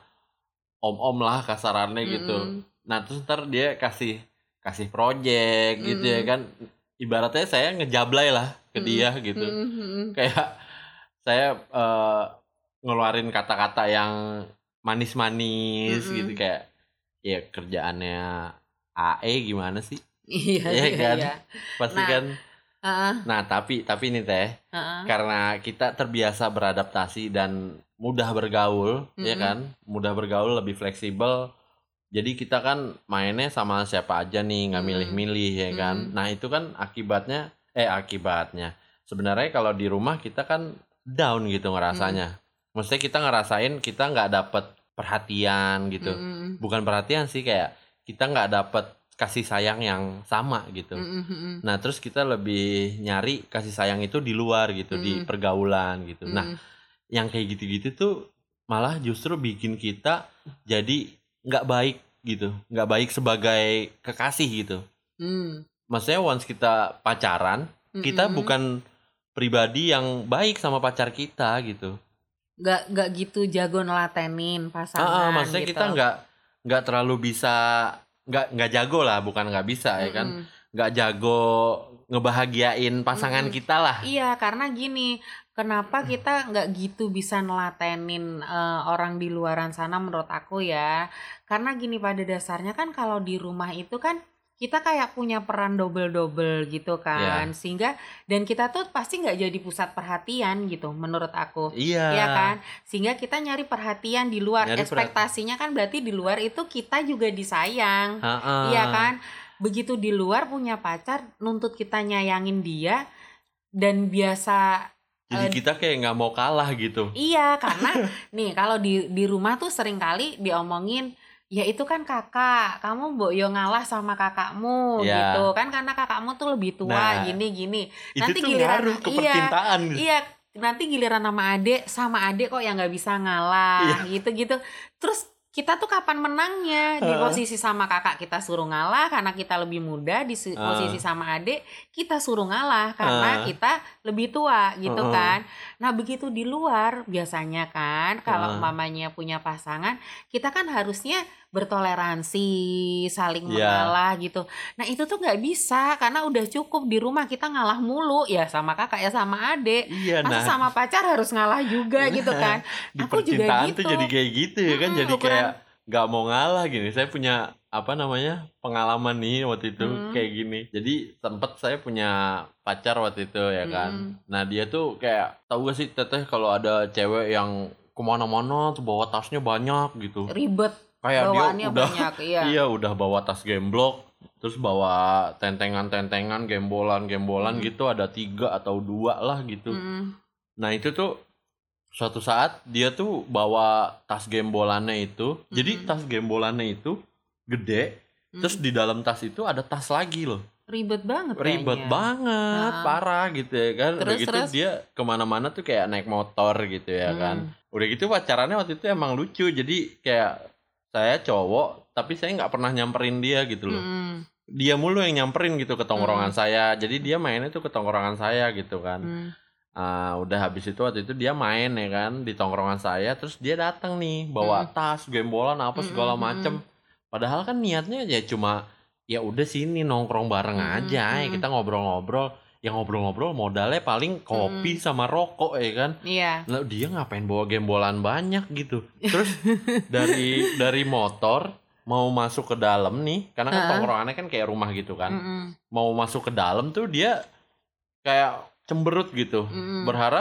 Speaker 2: om-om lah kasarannya gitu.
Speaker 1: Mm-mm.
Speaker 2: Nah terus ntar dia kasih kasih project gitu ya
Speaker 1: Mm-mm.
Speaker 2: kan. Ibaratnya saya ngejablay lah ke
Speaker 1: Mm-mm.
Speaker 2: dia gitu.
Speaker 1: Mm-mm.
Speaker 2: Kayak saya eh, ngeluarin kata-kata yang manis-manis
Speaker 1: Mm-mm.
Speaker 2: gitu, kayak ya kerjaannya A E gimana sih?
Speaker 1: Iya,
Speaker 2: Iya
Speaker 1: iya,
Speaker 2: kan?
Speaker 1: iya.
Speaker 2: Pasti
Speaker 1: Nah,
Speaker 2: kan.
Speaker 1: uh-uh.
Speaker 2: Nah, tapi tapi ini teh,
Speaker 1: Uh-uh.
Speaker 2: karena kita terbiasa beradaptasi dan mudah bergaul, ya
Speaker 1: Mm-mm.
Speaker 2: kan? Mudah bergaul, lebih fleksibel. Jadi kita kan mainnya sama siapa aja nih, nggak
Speaker 1: Mm-mm.
Speaker 2: milih-milih ya kan.
Speaker 1: Mm-mm.
Speaker 2: Nah, itu kan akibatnya eh akibatnya. Sebenarnya kalau di rumah kita kan down gitu ngerasanya. Maksudnya kita ngerasain kita nggak dapet perhatian gitu.
Speaker 1: Mm-mm.
Speaker 2: Bukan perhatian sih, kayak kita nggak dapet kasih sayang yang sama gitu.
Speaker 1: Mm-mm.
Speaker 2: Nah terus kita lebih nyari kasih sayang itu di luar gitu, di
Speaker 1: Mm-mm.
Speaker 2: pergaulan gitu. Nah
Speaker 1: Mm-mm.
Speaker 2: yang kayak gitu-gitu tuh malah justru bikin kita jadi nggak baik gitu, nggak baik sebagai kekasih gitu.
Speaker 1: Mm.
Speaker 2: Maksudnya once kita pacaran, kita
Speaker 1: Mm-mm.
Speaker 2: bukan pribadi yang baik sama pacar kita gitu.
Speaker 1: Gak, gak gitu jago nelatenin
Speaker 2: Ah, ah,
Speaker 1: pasangan
Speaker 2: maksudnya
Speaker 1: gitu.
Speaker 2: kita nggak nggak terlalu bisa, nggak nggak jago lah, bukan nggak bisa ya kan,
Speaker 1: Mm-mm.
Speaker 2: nggak jago ngebahagiain pasangan
Speaker 1: Mm-mm.
Speaker 2: kita lah.
Speaker 1: Iya, karena gini, kenapa kita nggak gitu bisa nelatenin eh, orang di luaran sana menurut aku ya? Karena gini, pada dasarnya kan kalau di rumah itu kan kita kayak punya peran double-double gitu kan,
Speaker 2: Ya,
Speaker 1: sehingga dan kita tuh pasti nggak jadi pusat perhatian gitu menurut aku.
Speaker 2: iya,
Speaker 1: Iya kan? Sehingga kita nyari perhatian di luar.
Speaker 2: nyari perhatian.
Speaker 1: Ekspektasinya kan berarti di luar itu kita juga disayang.
Speaker 2: Ha-ha.
Speaker 1: Iya kan? Begitu di luar punya pacar nuntut kita nyayangin dia dan biasa
Speaker 2: Jadi
Speaker 1: eh,
Speaker 2: kita kayak nggak mau kalah gitu.
Speaker 1: iya karena nih kalau di di rumah tuh sering kali diomongin ya itu kan kakak, kamu mbok yo ngalah sama kakakmu
Speaker 2: Ya.
Speaker 1: gitu kan karena kakakmu tuh lebih tua
Speaker 2: Nah,
Speaker 1: gini gini.
Speaker 2: itu
Speaker 1: Nanti
Speaker 2: tuh
Speaker 1: giliran
Speaker 2: ngaruh ke
Speaker 1: iya
Speaker 2: percintaan.
Speaker 1: iya nanti giliran sama adek sama adek kok yang nggak bisa
Speaker 2: Iya.
Speaker 1: ngalah gitu-gitu. Terus kita tuh kapan menangnya di
Speaker 2: Heeh.
Speaker 1: posisi sama kakak kita suruh ngalah karena kita lebih muda, di si- posisi
Speaker 2: Heeh.
Speaker 1: sama adik kita suruh ngalah karena
Speaker 2: Heeh.
Speaker 1: kita lebih tua gitu
Speaker 2: Heeh.
Speaker 1: kan. Nah begitu di luar biasanya kan kalau
Speaker 2: Heeh.
Speaker 1: umpamanya punya pasangan kita kan harusnya bertoleransi, saling
Speaker 2: Iya.
Speaker 1: mengalah gitu. Nah itu tuh nggak bisa karena udah cukup di rumah kita ngalah mulu ya sama kakak ya sama adik.
Speaker 2: Iya,
Speaker 1: Masa
Speaker 2: nah
Speaker 1: sama pacar harus ngalah juga gitu kan.
Speaker 2: di
Speaker 1: Aku juga
Speaker 2: percintaan tuh
Speaker 1: gitu.
Speaker 2: jadi kayak gitu ya kan,
Speaker 1: Mm-mm,
Speaker 2: jadi
Speaker 1: ukuran
Speaker 2: kayak nggak mau ngalah gini. Saya punya apa namanya pengalaman nih waktu itu
Speaker 1: Mm,
Speaker 2: kayak gini. Jadi sempet saya punya pacar waktu itu ya kan.
Speaker 1: mm-mm.
Speaker 2: Nah dia tuh kayak, tahu gak sih teteh kalau ada cewek yang kemana-mana tuh bawa tasnya banyak gitu.
Speaker 1: Ribet
Speaker 2: Kayak dia
Speaker 1: bawaannya
Speaker 2: udah
Speaker 1: banyak iya.
Speaker 2: iya udah bawa tas gemblok, terus bawa tentengan-tentengan, gembolan-gembolan
Speaker 1: Mm,
Speaker 2: gitu, ada tiga atau dua lah gitu.
Speaker 1: mm,
Speaker 2: Nah itu tuh suatu saat dia tuh bawa tas gembolannya itu, jadi
Speaker 1: mm,
Speaker 2: tas gembolannya itu gede, terus
Speaker 1: mm.
Speaker 2: di dalam tas itu ada tas lagi loh.
Speaker 1: Ribet banget
Speaker 2: Ribet
Speaker 1: kayaknya.
Speaker 2: banget,
Speaker 1: Nah,
Speaker 2: parah gitu ya kan. Udah
Speaker 1: terus
Speaker 2: gitu
Speaker 1: terus
Speaker 2: dia kemana-mana tuh kayak naik motor gitu ya kan.
Speaker 1: mm,
Speaker 2: Udah gitu pacarannya waktu itu emang lucu, jadi kayak saya cowok tapi saya nggak pernah nyamperin dia gitu loh.
Speaker 1: mm,
Speaker 2: Dia mulu yang nyamperin gitu ke tongkrongan
Speaker 1: mm,
Speaker 2: saya, jadi dia mainnya tuh ke tongkrongan saya gitu kan.
Speaker 1: mm,
Speaker 2: Ah, udah habis itu waktu itu dia main ya kan di tongkrongan saya, terus dia datang nih bawa
Speaker 1: mm,
Speaker 2: tas, gembolan apa
Speaker 1: mm,
Speaker 2: segala
Speaker 1: mm,
Speaker 2: macem. Padahal kan niatnya ya cuma ya udah sini nongkrong bareng
Speaker 1: mm,
Speaker 2: aja, ya
Speaker 1: mm,
Speaker 2: kita ngobrol-ngobrol. Ya ngobrol-ngobrol modalnya paling kopi
Speaker 1: mm.
Speaker 2: sama rokok ya kan.
Speaker 1: Iya.
Speaker 2: Lah dia ngapain bawa gembolan banyak gitu. Terus dari dari motor mau masuk ke dalam nih, karena kan
Speaker 1: Heeh.
Speaker 2: tongkrongannya kan kayak rumah gitu kan.
Speaker 1: Mm-mm.
Speaker 2: Mau masuk ke dalam tuh dia kayak cemberut gitu,
Speaker 1: Mm-mm.
Speaker 2: berharap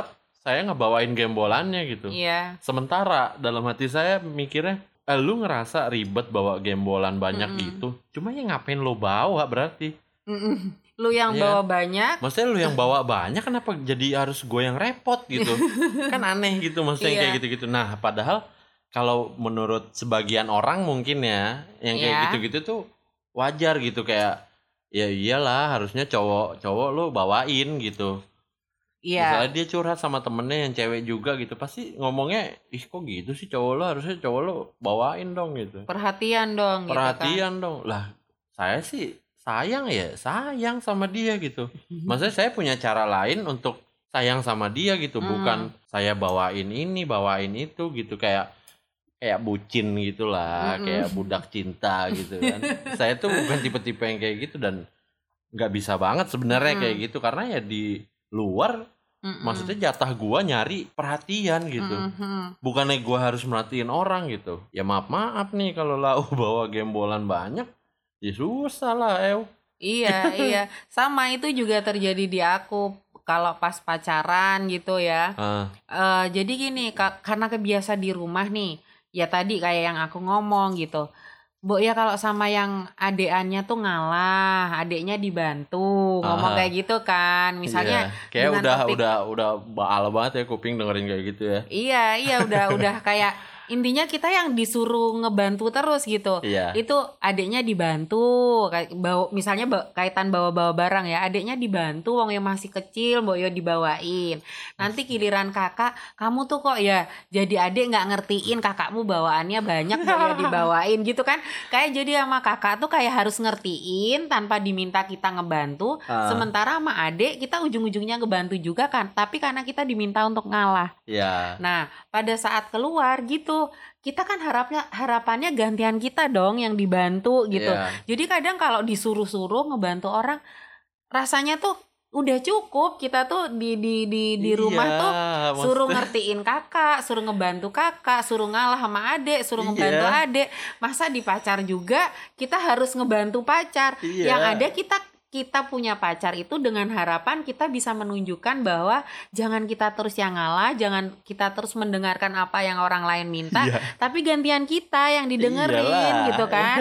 Speaker 2: saya ngebawain gembolannya gitu.
Speaker 1: Iya.
Speaker 2: Sementara dalam hati saya mikirnya, eh, lu ngerasa ribet bawa gembolan banyak
Speaker 1: Mm-mm.
Speaker 2: gitu. Cuma ya ngapain lo bawa berarti?
Speaker 1: Mm-mm. Lu yang
Speaker 2: Iya
Speaker 1: bawa
Speaker 2: kan?
Speaker 1: banyak.
Speaker 2: Maksudnya lu yang bawa banyak kenapa jadi harus gue yang repot gitu? Kan aneh gitu maksudnya
Speaker 1: Iya.
Speaker 2: kayak gitu-gitu. Nah, padahal kalau menurut sebagian orang mungkin ya, yang kayak
Speaker 1: Iya.
Speaker 2: gitu-gitu tuh wajar gitu, kayak ya iyalah harusnya cowok-cowok lu bawain gitu.
Speaker 1: Iya.
Speaker 2: Misalnya dia curhat sama temennya yang cewek juga gitu, pasti ngomongnya, ih kok gitu sih cowok lo, harusnya cowok lo bawain dong gitu.
Speaker 1: Perhatian dong gitu kan.
Speaker 2: Perhatian dong. Lah, saya sih sayang ya, sayang sama dia gitu. Maksudnya saya punya cara lain untuk sayang sama dia gitu,
Speaker 1: Mm.
Speaker 2: bukan saya bawain ini, bawain itu gitu, kayak kayak bucin gitulah,
Speaker 1: Mm-mm.
Speaker 2: kayak budak cinta gitu kan. Saya tuh bukan tipe-tipe yang kayak gitu dan nggak bisa banget sebenarnya
Speaker 1: Mm-mm.
Speaker 2: kayak gitu, karena ya di luar
Speaker 1: Mm-mm.
Speaker 2: maksudnya jatah gua nyari perhatian gitu.
Speaker 1: Mm-mm.
Speaker 2: Bukannya gua harus merhatiin orang gitu. Ya maaf-maaf nih kalau lau bawa gembolan banyak, ya susah lah, ew.
Speaker 1: Iya, iya. Sama itu juga terjadi di aku kalau pas pacaran gitu ya.
Speaker 2: Ah,
Speaker 1: Eh, jadi gini, ka- karena kebiasa di rumah nih, ya tadi kayak yang aku ngomong gitu. Bu ya kalau sama yang adeannya tuh ngalah, adeknya dibantu, ngomong
Speaker 2: ah,
Speaker 1: kayak gitu kan. Misalnya
Speaker 2: iya. Kayak
Speaker 1: dengan
Speaker 2: udah
Speaker 1: topik,
Speaker 2: udah udah baal banget ya kuping dengerin kayak gitu ya.
Speaker 1: iya, iya udah udah kayak intinya kita yang disuruh ngebantu terus gitu.
Speaker 2: Iya.
Speaker 1: Itu adeknya dibantu, kayak bawa misalnya ba- kaitan bawa-bawa barang ya, adeknya dibantu, wong yang masih kecil, mbok yo dibawain. Nanti giliran kakak, kamu tuh kok ya jadi adek nggak ngertiin kakakmu bawaannya banyak, mbok yo dibawain gitu kan. Kayak jadi sama kakak tuh kayak harus ngertiin tanpa diminta kita ngebantu.
Speaker 2: Ah,
Speaker 1: Sementara sama adek kita ujung-ujungnya ngebantu juga kan, tapi karena kita diminta untuk ngalah.
Speaker 2: iya.
Speaker 1: Nah, pada saat keluar gitu, kita kan harapnya harapannya gantian kita dong yang dibantu gitu.
Speaker 2: Iya.
Speaker 1: Jadi kadang kalau disuruh-suruh ngebantu orang, rasanya tuh udah cukup kita tuh di di di di rumah
Speaker 2: Iya,
Speaker 1: tuh suruh
Speaker 2: maksudnya
Speaker 1: ngertiin kakak, suruh ngebantu kakak, suruh ngalah sama adek, suruh ngebantu
Speaker 2: iya,
Speaker 1: adek. Masa di pacar juga kita harus ngebantu pacar. Yang
Speaker 2: iya.
Speaker 1: ada kita kita punya pacar itu dengan harapan kita bisa menunjukkan bahwa jangan kita terus yang ngalah, jangan kita terus mendengarkan apa yang orang lain minta,
Speaker 2: Iya.
Speaker 1: tapi gantian kita yang didengerin
Speaker 2: Iyalah.
Speaker 1: gitu kan.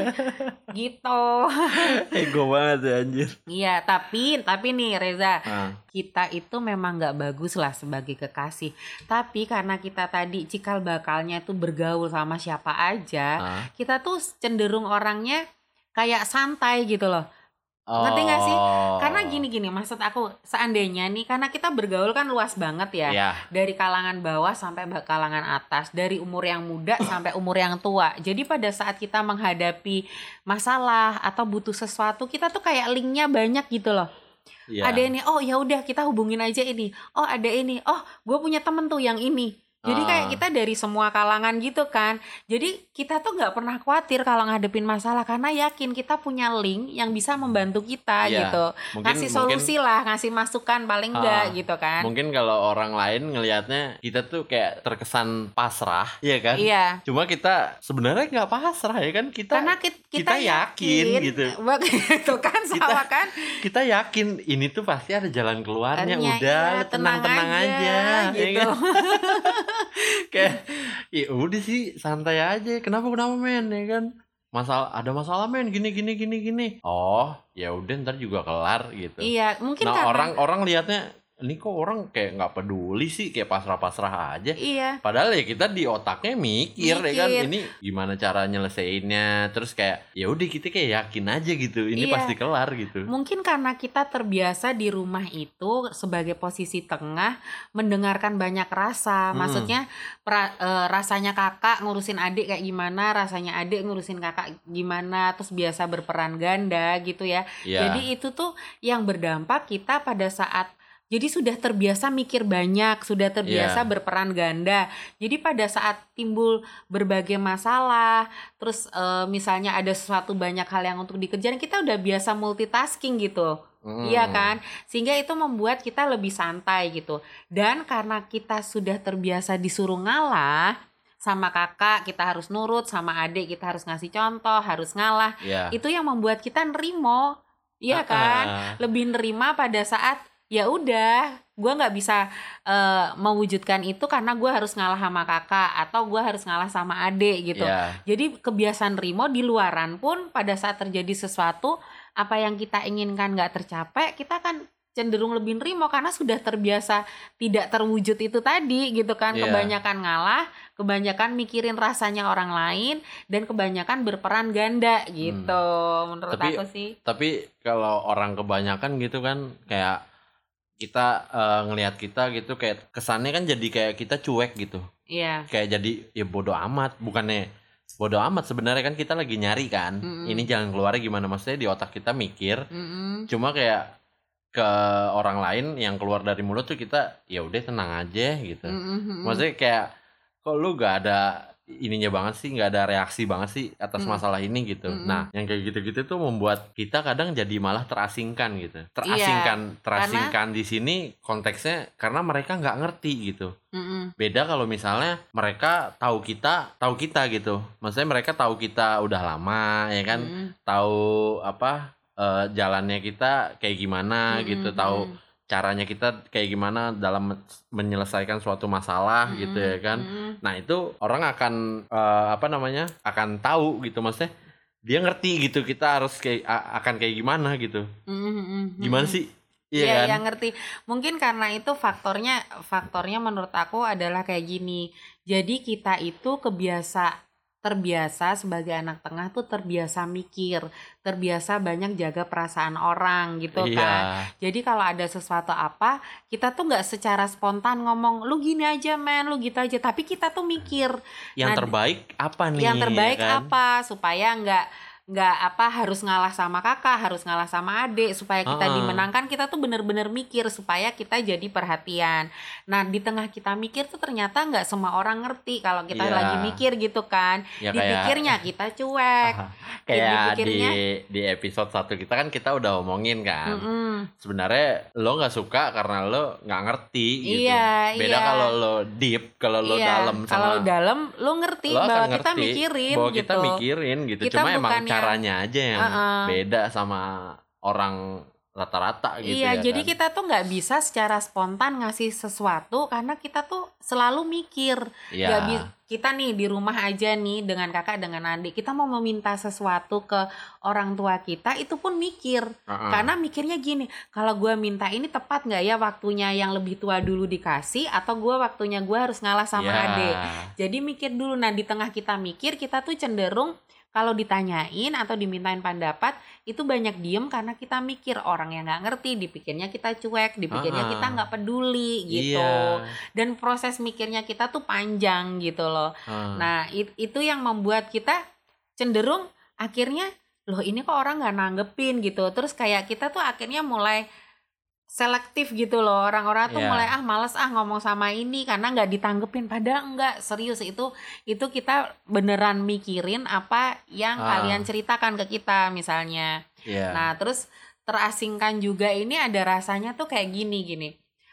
Speaker 1: Gitu.
Speaker 2: Ego banget ya anjir.
Speaker 1: Iya, tapi tapi nih Reza,
Speaker 2: Ah,
Speaker 1: kita itu memang nggak bagus lah sebagai kekasih. Tapi karena kita tadi cikal bakalnya itu bergaul sama siapa aja,
Speaker 2: ah.
Speaker 1: kita tuh cenderung orangnya kayak santai gitu loh. Ngerti gak sih? Karena
Speaker 2: Oh.
Speaker 1: gini-gini, maksud aku seandainya nih, karena kita bergaul kan luas banget ya.
Speaker 2: Iya.
Speaker 1: Dari kalangan bawah sampai ba- kalangan atas, dari umur yang muda sampai umur yang tua. Jadi pada saat kita menghadapi masalah atau butuh sesuatu, kita tuh kayak linknya banyak gitu loh.
Speaker 2: Iya.
Speaker 1: Ada ini, oh ya udah kita hubungin aja ini. Oh ada ini, oh gue punya temen tuh yang ini. Jadi kayak
Speaker 2: Ah.
Speaker 1: kita dari semua kalangan gitu kan. Jadi kita tuh nggak pernah khawatir kalau ngadepin masalah karena yakin kita punya link yang bisa membantu kita
Speaker 2: Iya.
Speaker 1: gitu.
Speaker 2: Mungkin
Speaker 1: Ngasih
Speaker 2: mungkin
Speaker 1: solusi lah, ngasih masukan paling enggak
Speaker 2: Ah,
Speaker 1: gitu kan.
Speaker 2: mungkin kalau orang lain ngelihatnya kita tuh kayak terkesan pasrah, ya kan?
Speaker 1: Iya.
Speaker 2: Cuma kita sebenarnya nggak pasrah ya kan? Kita
Speaker 1: Karena kit- kita,
Speaker 2: kita yakin gitu.
Speaker 1: Begitu kan sama
Speaker 2: Kita-
Speaker 1: kan.
Speaker 2: Kita yakin ini tuh pasti ada jalan keluarnya.
Speaker 1: Artinya,
Speaker 2: Udah,
Speaker 1: iya,
Speaker 2: lu tenang-tenang aja, ya
Speaker 1: gitu.
Speaker 2: kan? Kayak ya udah sih santai aja. Kenapa kenapa men ya kan? Masalah ada masalah men gini gini gini gini. Oh, ya udah ntar juga kelar gitu.
Speaker 1: Iya, mungkin
Speaker 2: Nah,
Speaker 1: karena
Speaker 2: orang orang lihatnya ini kok orang kayak nggak peduli sih, kayak pasrah-pasrah aja.
Speaker 1: iya.
Speaker 2: Padahal ya kita di otaknya mikir, ya kan,
Speaker 1: Mikir.
Speaker 2: ini gimana cara nyelesainnya. Terus kayak ya udah kita kayak yakin aja gitu, ini
Speaker 1: Iya.
Speaker 2: pasti kelar gitu.
Speaker 1: Mungkin karena kita terbiasa di rumah itu sebagai posisi tengah mendengarkan banyak rasa.
Speaker 2: Hmm.
Speaker 1: Maksudnya pra- eh, rasanya kakak ngurusin adik kayak gimana, rasanya adik ngurusin kakak gimana, terus biasa berperan ganda gitu ya.
Speaker 2: Ya.
Speaker 1: Jadi itu tuh yang berdampak kita pada saat jadi sudah terbiasa mikir banyak, sudah terbiasa
Speaker 2: Iya.
Speaker 1: berperan ganda. Jadi pada saat timbul berbagai masalah, terus eh, misalnya ada sesuatu banyak hal yang untuk dikerjain, kita udah biasa multitasking gitu.
Speaker 2: Hmm.
Speaker 1: Iya kan? Sehingga itu membuat kita lebih santai gitu. Dan karena kita sudah terbiasa disuruh ngalah sama kakak, kita harus nurut, sama adik kita harus ngasih contoh, harus ngalah.
Speaker 2: Ya.
Speaker 1: Itu yang membuat kita nerimo. Iya kan?
Speaker 2: Ah,
Speaker 1: Lebih nerima pada saat ya udah gue nggak bisa uh, mewujudkan itu karena gue harus ngalah sama kakak atau gue harus ngalah sama adik gitu.
Speaker 2: Yeah.
Speaker 1: Jadi kebiasaan Rimo di luaran pun pada saat terjadi sesuatu apa yang kita inginkan nggak tercapai, kita kan cenderung lebih nerimo karena sudah terbiasa tidak terwujud itu tadi gitu kan.
Speaker 2: Yeah.
Speaker 1: Kebanyakan ngalah, kebanyakan mikirin rasanya orang lain, dan kebanyakan berperan ganda gitu. Hmm. Menurut
Speaker 2: tapi,
Speaker 1: aku sih.
Speaker 2: Tapi kalau orang kebanyakan gitu kan kayak kita uh, ngelihat kita gitu kayak kesannya kan jadi kayak kita cuek gitu.
Speaker 1: Iya. Yeah.
Speaker 2: Kayak jadi ya bodoh amat, bukannya bodoh amat sebenarnya kan kita lagi nyari kan. Mm-mm. Ini jalan keluarnya gimana, maksudnya di otak kita mikir. Mm-mm. Cuma kayak ke orang lain yang keluar dari mulut tuh kita ya udah tenang aja gitu. Mm-hmm. Maksudnya kayak kok lu gak ada ininya banget sih, gak ada reaksi banget sih atas mm-hmm. masalah ini gitu. Mm-hmm. Nah, yang kayak gitu-gitu tuh membuat kita kadang jadi malah terasingkan gitu. Terasingkan, yeah, terasingkan karena di sini konteksnya karena mereka nggak ngerti gitu. Mm-hmm. Beda kalau misalnya mereka tahu kita, tahu kita gitu. Maksudnya mereka tahu kita udah lama ya kan, mm-hmm. tahu apa Uh, jalannya kita kayak gimana mm-hmm. gitu, tahu caranya kita kayak gimana dalam menyelesaikan suatu masalah mm-hmm. gitu ya kan. Mm-hmm. Nah itu orang akan uh, apa namanya akan tahu gitu, maksudnya dia ngerti gitu kita harus kayak a- akan kayak gimana gitu. Mm-hmm. Gimana sih? Iya
Speaker 1: ya,
Speaker 2: kan?
Speaker 1: Yang ngerti. Mungkin karena itu faktornya faktornya menurut aku adalah kayak gini. Jadi kita itu kebiasa terbiasa sebagai anak tengah tuh terbiasa mikir, terbiasa banyak jaga perasaan orang gitu
Speaker 2: iya.
Speaker 1: kan. Jadi kalau ada sesuatu apa, kita tuh nggak secara spontan ngomong lu gini aja men, lu gitu aja, tapi kita tuh mikir
Speaker 2: yang
Speaker 1: nah,
Speaker 2: terbaik apa nih?
Speaker 1: Yang terbaik
Speaker 2: ya kan?
Speaker 1: apa supaya nggak nggak apa harus ngalah sama kakak, harus ngalah sama adik supaya kita uh-uh. dimenangkan. Kita tuh bener-bener mikir supaya kita jadi perhatian. Nah di tengah kita mikir tuh ternyata nggak semua orang ngerti kalau kita yeah. lagi mikir gitu kan. Ya, dipikirnya kayak, kita cuek.
Speaker 2: Uh, kayak di di episode satu kita kan kita udah omongin kan. Mm-mm. Sebenarnya lo nggak suka karena lo nggak ngerti gitu.
Speaker 1: Iya,
Speaker 2: Beda
Speaker 1: iya.
Speaker 2: kalau lo deep, kalau lo
Speaker 1: iya.
Speaker 2: dalam sama.
Speaker 1: Kalau dalam lo ngerti
Speaker 2: lo
Speaker 1: bahwa
Speaker 2: ngerti,
Speaker 1: kita mikirin
Speaker 2: bahwa
Speaker 1: gitu.
Speaker 2: Kita mikirin gitu.
Speaker 1: Kita
Speaker 2: Cuma emang
Speaker 1: bukannya,
Speaker 2: caranya aja yang
Speaker 1: uh-uh.
Speaker 2: beda sama orang rata-rata gitu.
Speaker 1: Iya,
Speaker 2: ya
Speaker 1: jadi
Speaker 2: kan?
Speaker 1: kita tuh nggak bisa secara spontan ngasih sesuatu karena kita tuh selalu mikir.
Speaker 2: Iya.
Speaker 1: Gak bi- kita nih di rumah aja nih dengan kakak dengan adik, kita mau meminta sesuatu ke orang tua kita itu pun mikir. Uh-uh. Karena mikirnya gini, kalau gue minta ini tepat nggak ya waktunya yang lebih tua dulu dikasih atau gue waktunya gue harus ngalah sama
Speaker 2: yeah.
Speaker 1: adik. Jadi mikir dulu. Nah di tengah kita mikir, kita tuh cenderung kalau ditanyain atau dimintain pendapat itu banyak diem karena kita mikir. Orang yang nggak ngerti dipikirnya kita cuek, dipikirnya
Speaker 2: ah,
Speaker 1: kita nggak peduli gitu.
Speaker 2: Iya.
Speaker 1: Dan proses mikirnya kita tuh panjang gitu loh. Ah. Nah it, itu yang membuat kita cenderung akhirnya loh ini kok orang nggak nanggepin gitu. Terus kayak kita tuh akhirnya mulai selektif gitu loh, orang-orang tuh yeah. mulai ah males ah ngomong sama ini karena nggak ditanggepin. Padahal enggak, serius itu itu kita beneran mikirin apa yang ah. kalian ceritakan ke kita misalnya. Yeah. Nah terus terasingkan juga ini ada rasanya tuh kayak gini gini.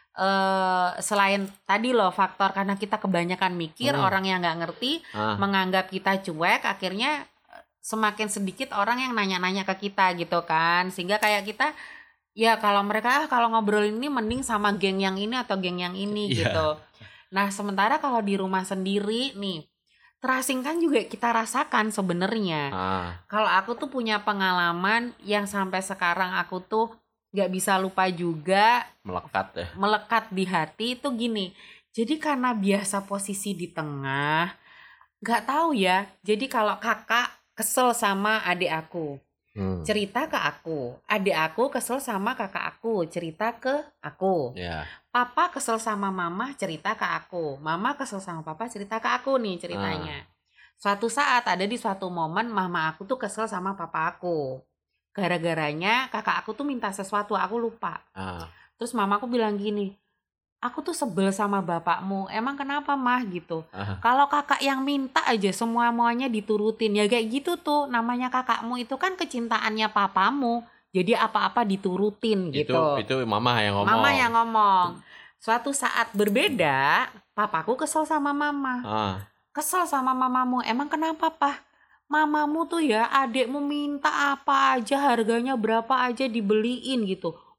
Speaker 1: Uh, selain tadi loh faktor karena kita kebanyakan mikir, hmm. orang yang nggak ngerti ah. menganggap kita cuek, akhirnya semakin sedikit orang yang nanya-nanya ke kita gitu kan, sehingga kayak kita ya kalau mereka ah kalau ngobrol ini mending sama geng yang ini atau geng yang ini yeah. gitu. Nah sementara kalau di rumah sendiri nih terasingkan juga kita rasakan sebenarnya. Ah. Kalau aku tuh punya pengalaman yang sampai sekarang aku tuh nggak bisa lupa juga.
Speaker 2: Melekat ya.
Speaker 1: Melekat di hati itu gini. Jadi karena biasa posisi di tengah, nggak tahu ya. Jadi kalau kakak kesel sama adik aku. Hmm. Cerita ke aku, adik aku kesel sama kakak aku, cerita ke aku. Yeah. Papa kesel sama mama, cerita ke aku. Mama kesel sama papa, cerita ke aku nih ceritanya. Ah. Suatu saat ada di suatu momen mama aku tuh kesel sama papa aku. Gara-garanya kakak aku tuh minta sesuatu, aku lupa. Ah. Terus mama aku bilang gini, aku tuh sebel sama bapakmu, emang kenapa mah gitu. Uh. Kalau kakak yang minta aja semua-muanya diturutin, ya kayak gitu tuh namanya kakakmu itu kan kecintaannya papamu, jadi apa-apa diturutin gitu.
Speaker 2: Itu itu mama yang ngomong.
Speaker 1: Mama yang ngomong. Suatu saat berbeda, papaku kesel sama mama. Uh. Kesel sama mamamu, emang kenapa pah? Mamamu tuh ya adekmu minta apa aja harganya berapa aja dibeliin gitu.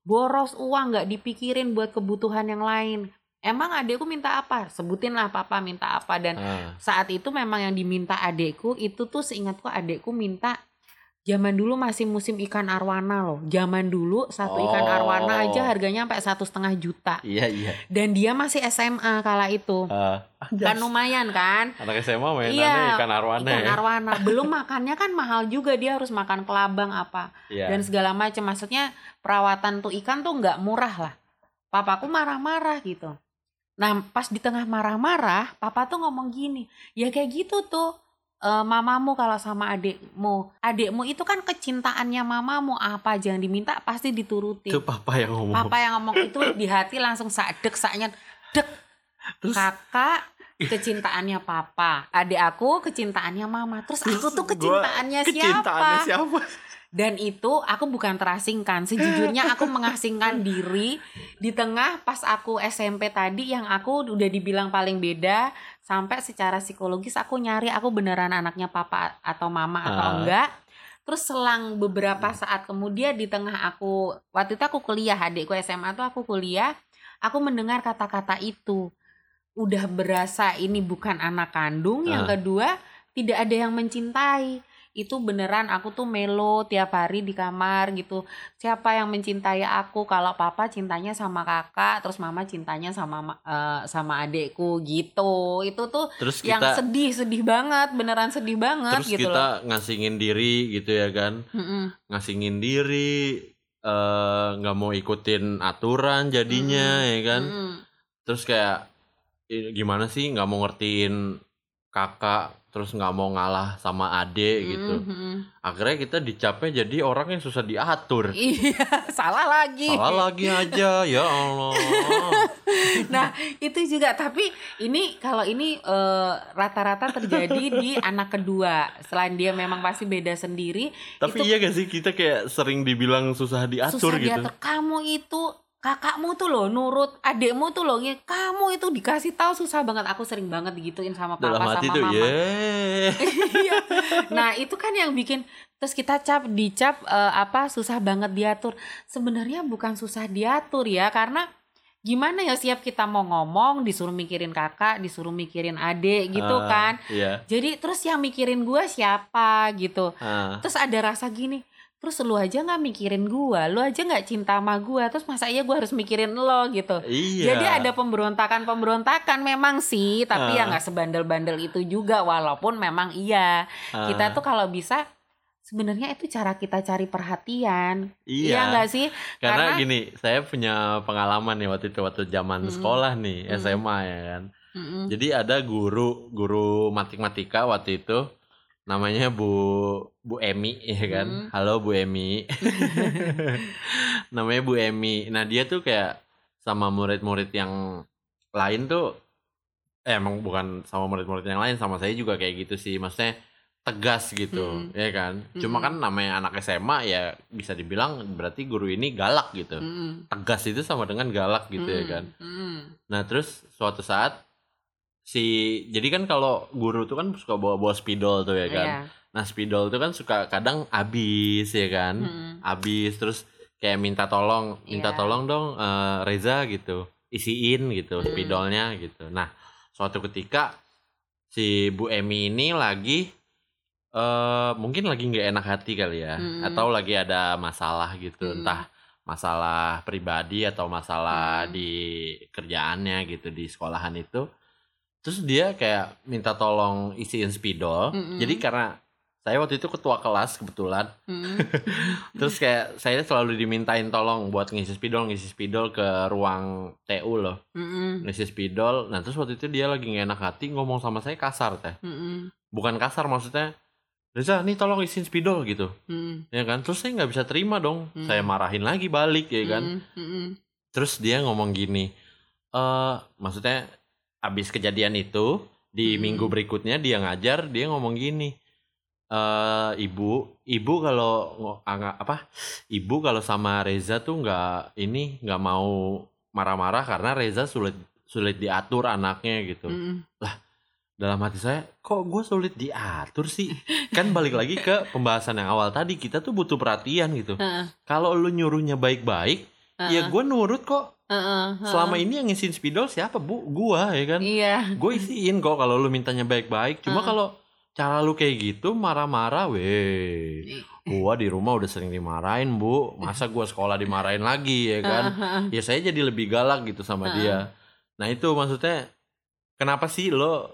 Speaker 1: boros uang, nggak dipikirin buat kebutuhan yang lain. Emang adekku minta apa? Sebutin lah papa minta apa. Dan
Speaker 2: Ah.
Speaker 1: saat itu memang yang diminta adekku itu tuh seingatku adekku minta, zaman dulu masih musim ikan arwana loh. Zaman dulu satu ikan arwana aja
Speaker 2: Oh.
Speaker 1: harganya sampai satu setengah juta.
Speaker 2: Iya iya.
Speaker 1: Dan dia masih S M A kala itu.
Speaker 2: Ah,
Speaker 1: Kan lumayan kan?
Speaker 2: anak S M A mainannya
Speaker 1: Iya,
Speaker 2: ikan arwana
Speaker 1: ikan
Speaker 2: ya.
Speaker 1: arwana. Belum makannya kan mahal juga, dia harus makan kelabang apa
Speaker 2: Iya.
Speaker 1: dan segala macam. Maksudnya perawatan tuh ikan tuh nggak murah lah. Papaku marah-marah gitu. Nah pas di tengah marah-marah, papa tuh ngomong gini, ya kayak gitu tuh e, mamamu kalau sama adekmu. Adekmu itu kan kecintaannya mamamu, apa aja yang diminta pasti diturutin.
Speaker 2: Itu papa yang ngomong.
Speaker 1: Papa yang ngomong itu di hati langsung sadek, saknya dek.
Speaker 2: Terus
Speaker 1: Kakak kecintaannya papa, adik aku kecintaannya mama. Terus aku tuh
Speaker 2: gua
Speaker 1: kecintaannya siapa?
Speaker 2: kecintaannya siapa?
Speaker 1: Dan itu aku bukan terasingkan. Sejujurnya aku mengasingkan diri di tengah pas aku S M P tadi yang aku udah dibilang paling beda. Sampai secara psikologis aku nyari aku beneran anaknya papa atau mama atau
Speaker 2: Ah.
Speaker 1: enggak. Terus selang beberapa saat kemudian di tengah aku, waktu itu aku kuliah, adikku S M A tuh aku kuliah, aku mendengar kata-kata itu. Udah berasa ini bukan anak kandung. Yang
Speaker 2: Ah.
Speaker 1: kedua, tidak ada yang mencintai. Itu beneran aku tuh melo tiap hari di kamar gitu. Siapa yang mencintai aku? Kalau papa cintanya sama kakak, terus mama cintanya sama ma- eh, sama adekku gitu. Itu tuh
Speaker 2: Terus
Speaker 1: yang
Speaker 2: kita
Speaker 1: sedih, sedih banget, beneran sedih banget
Speaker 2: terus
Speaker 1: gitu
Speaker 2: kita
Speaker 1: loh.
Speaker 2: ngasingin diri gitu ya kan.
Speaker 1: Mm-mm.
Speaker 2: Ngasingin diri eh, nggak mau ikutin aturan jadinya ya kan.
Speaker 1: Mm-mm.
Speaker 2: Terus kayak i- gimana sih nggak mau ngertiin kakak, terus nggak mau ngalah sama adik gitu.
Speaker 1: Mm-mm.
Speaker 2: Akhirnya kita dicapnya jadi orang yang susah diatur.
Speaker 1: Iya, salah lagi.
Speaker 2: Salah lagi aja ya Allah.
Speaker 1: Nah itu juga, tapi ini kalau ini eh, rata-rata terjadi di anak kedua. Selain dia memang pasti beda sendiri.
Speaker 2: Tapi
Speaker 1: itu
Speaker 2: iya gak sih kita kayak sering dibilang susah diatur
Speaker 1: susah
Speaker 2: gitu.
Speaker 1: diatur. Kamu itu kakakmu tuh loh nurut, adekmu tuh loh, ya, kamu itu dikasih tahu susah banget. Aku sering banget digituin sama
Speaker 2: Dalam
Speaker 1: papa
Speaker 2: hati
Speaker 1: sama
Speaker 2: tuh
Speaker 1: mama.
Speaker 2: ye.
Speaker 1: Iya. Nah itu kan yang bikin terus kita cap dicap eh, apa susah banget diatur. Sebenarnya bukan susah diatur ya, karena gimana ya, siap kita mau ngomong disuruh mikirin kakak, disuruh mikirin adik gitu
Speaker 2: Ah,
Speaker 1: kan.
Speaker 2: Iya.
Speaker 1: Jadi terus yang mikirin gua siapa gitu.
Speaker 2: Ah,
Speaker 1: Terus ada rasa gini, terus lu aja nggak mikirin gua, lu aja nggak cinta sama gua, terus masa iya gua harus mikirin lo gitu.
Speaker 2: iya.
Speaker 1: Jadi ada pemberontakan-pemberontakan memang sih, tapi ya
Speaker 2: Ah.
Speaker 1: nggak sebandel-bandel itu juga. Walaupun memang iya, kita
Speaker 2: Ah,
Speaker 1: tuh kalau bisa sebenarnya itu cara kita cari perhatian.
Speaker 2: iya.
Speaker 1: Iya nggak sih?
Speaker 2: Karena
Speaker 1: Karena
Speaker 2: gini, saya punya pengalaman nih waktu itu waktu zaman
Speaker 1: Mm-mm.
Speaker 2: sekolah nih,
Speaker 1: Mm-mm.
Speaker 2: S M A ya kan.
Speaker 1: Mm-mm.
Speaker 2: Jadi ada guru guru matematika waktu itu namanya Bu Bu Emi ya kan.
Speaker 1: Mm.
Speaker 2: Halo Bu Emi. Namanya Bu Emi. Nah, dia tuh kayak sama murid-murid yang lain tuh eh, emang bukan sama murid-murid yang lain, sama saya juga kayak gitu sih. Maksudnya tegas gitu,
Speaker 1: Mm-mm.
Speaker 2: ya kan. Cuma
Speaker 1: Mm-mm.
Speaker 2: kan namanya anak S M A ya bisa dibilang berarti guru ini galak gitu.
Speaker 1: Mm-mm.
Speaker 2: Tegas itu sama dengan galak gitu ya kan.
Speaker 1: Mm-mm.
Speaker 2: Nah, terus suatu saat si jadi kan kalau guru tuh kan suka bawa-bawa spidol tuh ya kan.
Speaker 1: Iya.
Speaker 2: Nah, spidol tuh kan suka kadang habis ya kan.
Speaker 1: Mm-mm.
Speaker 2: Habis terus kayak minta tolong, minta
Speaker 1: Iya.
Speaker 2: tolong dong eh, Reza gitu. Isiin gitu
Speaker 1: Mm.
Speaker 2: spidolnya gitu. Nah, suatu ketika si Bu Emi ini lagi eh mungkin lagi nggak enak hati kali ya,
Speaker 1: Mm-mm.
Speaker 2: atau lagi ada masalah gitu,
Speaker 1: Mm-mm.
Speaker 2: entah masalah pribadi atau masalah
Speaker 1: Mm.
Speaker 2: di kerjaannya gitu di sekolahan itu. Terus dia kayak minta tolong isiin spidol.
Speaker 1: Mm-mm.
Speaker 2: Jadi karena saya waktu itu ketua kelas kebetulan,
Speaker 1: Mm-mm.
Speaker 2: terus kayak saya selalu dimintain tolong buat ngisi spidol, ngisi spidol ke ruang T U loh,
Speaker 1: Mm-mm.
Speaker 2: ngisi spidol. Nah terus waktu itu dia lagi nggak enak hati ngomong sama saya kasar teh,
Speaker 1: Mm-mm.
Speaker 2: bukan kasar maksudnya, Reza nih tolong isiin spidol gitu,
Speaker 1: Mm-mm.
Speaker 2: ya kan. Terus saya nggak bisa terima dong,
Speaker 1: Hmm.
Speaker 2: saya marahin lagi balik ya kan.
Speaker 1: Mm-mm. Mm-mm.
Speaker 2: Terus dia ngomong gini, eh maksudnya abis kejadian itu di
Speaker 1: Hmm.
Speaker 2: minggu berikutnya dia ngajar, dia ngomong gini, eh ibu, ibu kalau ngo- anga- apa, ibu kalau sama Reza tuh nggak ini nggak mau marah-marah karena Reza sulit sulit diatur anaknya gitu.
Speaker 1: Mm-mm.
Speaker 2: Dalam hati saya, kok gue sulit diatur sih? Kan balik lagi ke pembahasan yang awal tadi, kita tuh butuh perhatian gitu.
Speaker 1: Heeh.
Speaker 2: Kalau lu nyuruhnya baik-baik, ya gue nurut kok.
Speaker 1: Uh-uh, uh-uh.
Speaker 2: Selama ini yang ngisiin spidol siapa bu? Gua ya kan.
Speaker 1: Iya.
Speaker 2: Gue isiin kok kalau lu mintanya baik-baik. Cuma uh. kalau cara lu kayak gitu marah-marah, weh. Gua di rumah udah sering dimarahin bu. Masa gua sekolah dimarahin lagi ya kan? Uh-huh. Ya saya jadi lebih galak gitu sama uh-huh. dia. Nah itu maksudnya kenapa sih lo uh,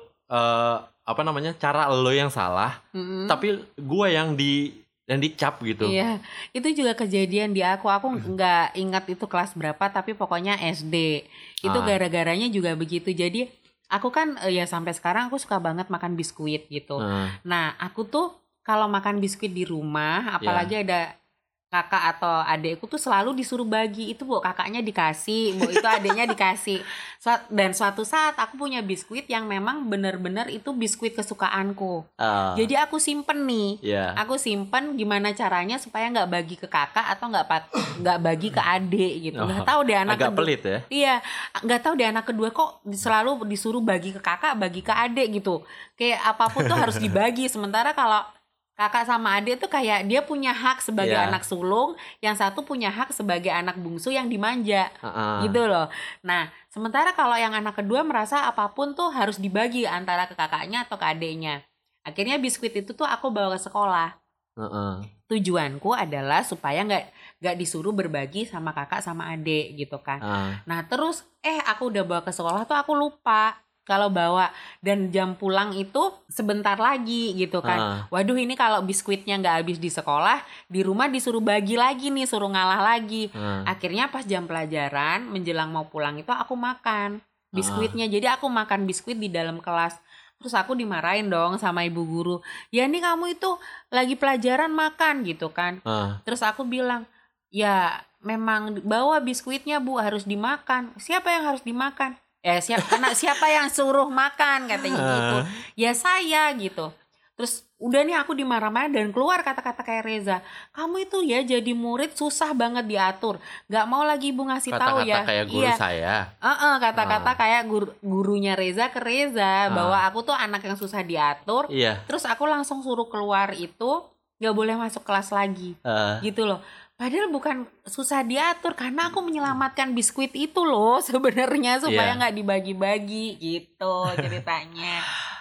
Speaker 2: apa namanya cara lo yang salah, uh-huh. tapi gua yang di dan dicap gitu.
Speaker 1: Iya, itu juga kejadian di aku. Aku nggak ingat itu kelas berapa, tapi pokoknya S D. Itu ah. gara-garanya juga begitu. Jadi aku kan ya sampai sekarang aku suka banget makan biskuit gitu. Ah. Nah, aku tuh kalau makan biskuit di rumah, apalagi yeah. ada kakak atau adekku tuh selalu disuruh bagi. Itu bu kakaknya dikasih, bu itu adeknya dikasih. Dan suatu saat aku punya biskuit yang memang benar-benar itu biskuit kesukaanku. Uh, Jadi aku simpen nih, yeah. aku simpen gimana caranya supaya nggak bagi ke kakak atau nggak nggak bagi ke adek gitu. Nggak oh, tahu deh anak
Speaker 2: agak
Speaker 1: kedua.
Speaker 2: Pelit ya?
Speaker 1: Iya, nggak tahu deh anak kedua kok selalu disuruh bagi ke kakak, bagi ke adek gitu. Kayak apapun tuh harus dibagi. Sementara kalau kakak sama adik tuh kayak dia punya hak sebagai yeah. anak sulung, yang satu punya hak sebagai anak bungsu yang dimanja, uh-uh. gitu loh. Nah, sementara kalau yang anak kedua merasa apapun tuh harus dibagi antara ke kakaknya atau ke adiknya. Akhirnya biskuit itu tuh aku bawa ke sekolah. Uh-uh. Tujuanku adalah supaya nggak nggak disuruh berbagi sama kakak sama adik gitu kan. Uh. Nah terus eh aku udah bawa ke sekolah tuh aku lupa kalau bawa, dan jam pulang itu sebentar lagi gitu kan. Uh. Waduh ini kalau biskuitnya gak habis di sekolah, di rumah disuruh bagi lagi nih, suruh ngalah lagi. Uh. Akhirnya pas jam pelajaran menjelang mau pulang itu aku makan biskuitnya. Uh. Jadi aku makan biskuit di dalam kelas. Terus aku dimarahin dong sama ibu guru. Ya nih kamu itu lagi pelajaran makan gitu kan. Uh. Terus aku bilang, ya memang bawa biskuitnya bu, harus dimakan. Siapa yang harus dimakan? Ya siapa, karena siapa yang suruh makan katanya gitu. Ya saya gitu. Terus udah nih aku dimarah-marah dan keluar kata-kata kayak Reza. Kamu itu ya jadi murid susah banget diatur. Gak mau lagi ibu ngasih
Speaker 2: kata-kata
Speaker 1: tahu ya.
Speaker 2: Kata-kata kayak guru
Speaker 1: iya.
Speaker 2: saya.
Speaker 1: Uh-uh, kata-kata uh. kayak guru, gurunya Reza ke Reza. Uh. Bahwa aku tuh anak yang susah diatur.
Speaker 2: Iya.
Speaker 1: Terus aku langsung suruh keluar itu. Gak boleh masuk kelas lagi. Uh. Gitu loh. Padahal bukan susah diatur karena aku menyelamatkan biskuit itu loh sebenarnya supaya nggak yeah. dibagi-bagi gitu ceritanya.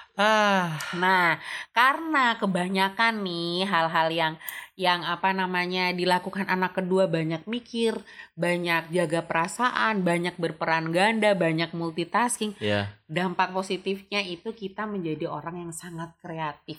Speaker 2: ah.
Speaker 1: Nah karena kebanyakan nih hal-hal yang yang apa namanya dilakukan anak kedua, banyak mikir, banyak jaga perasaan, banyak berperan ganda, banyak multitasking.
Speaker 2: Yeah.
Speaker 1: Dampak positifnya itu kita menjadi orang yang sangat kreatif.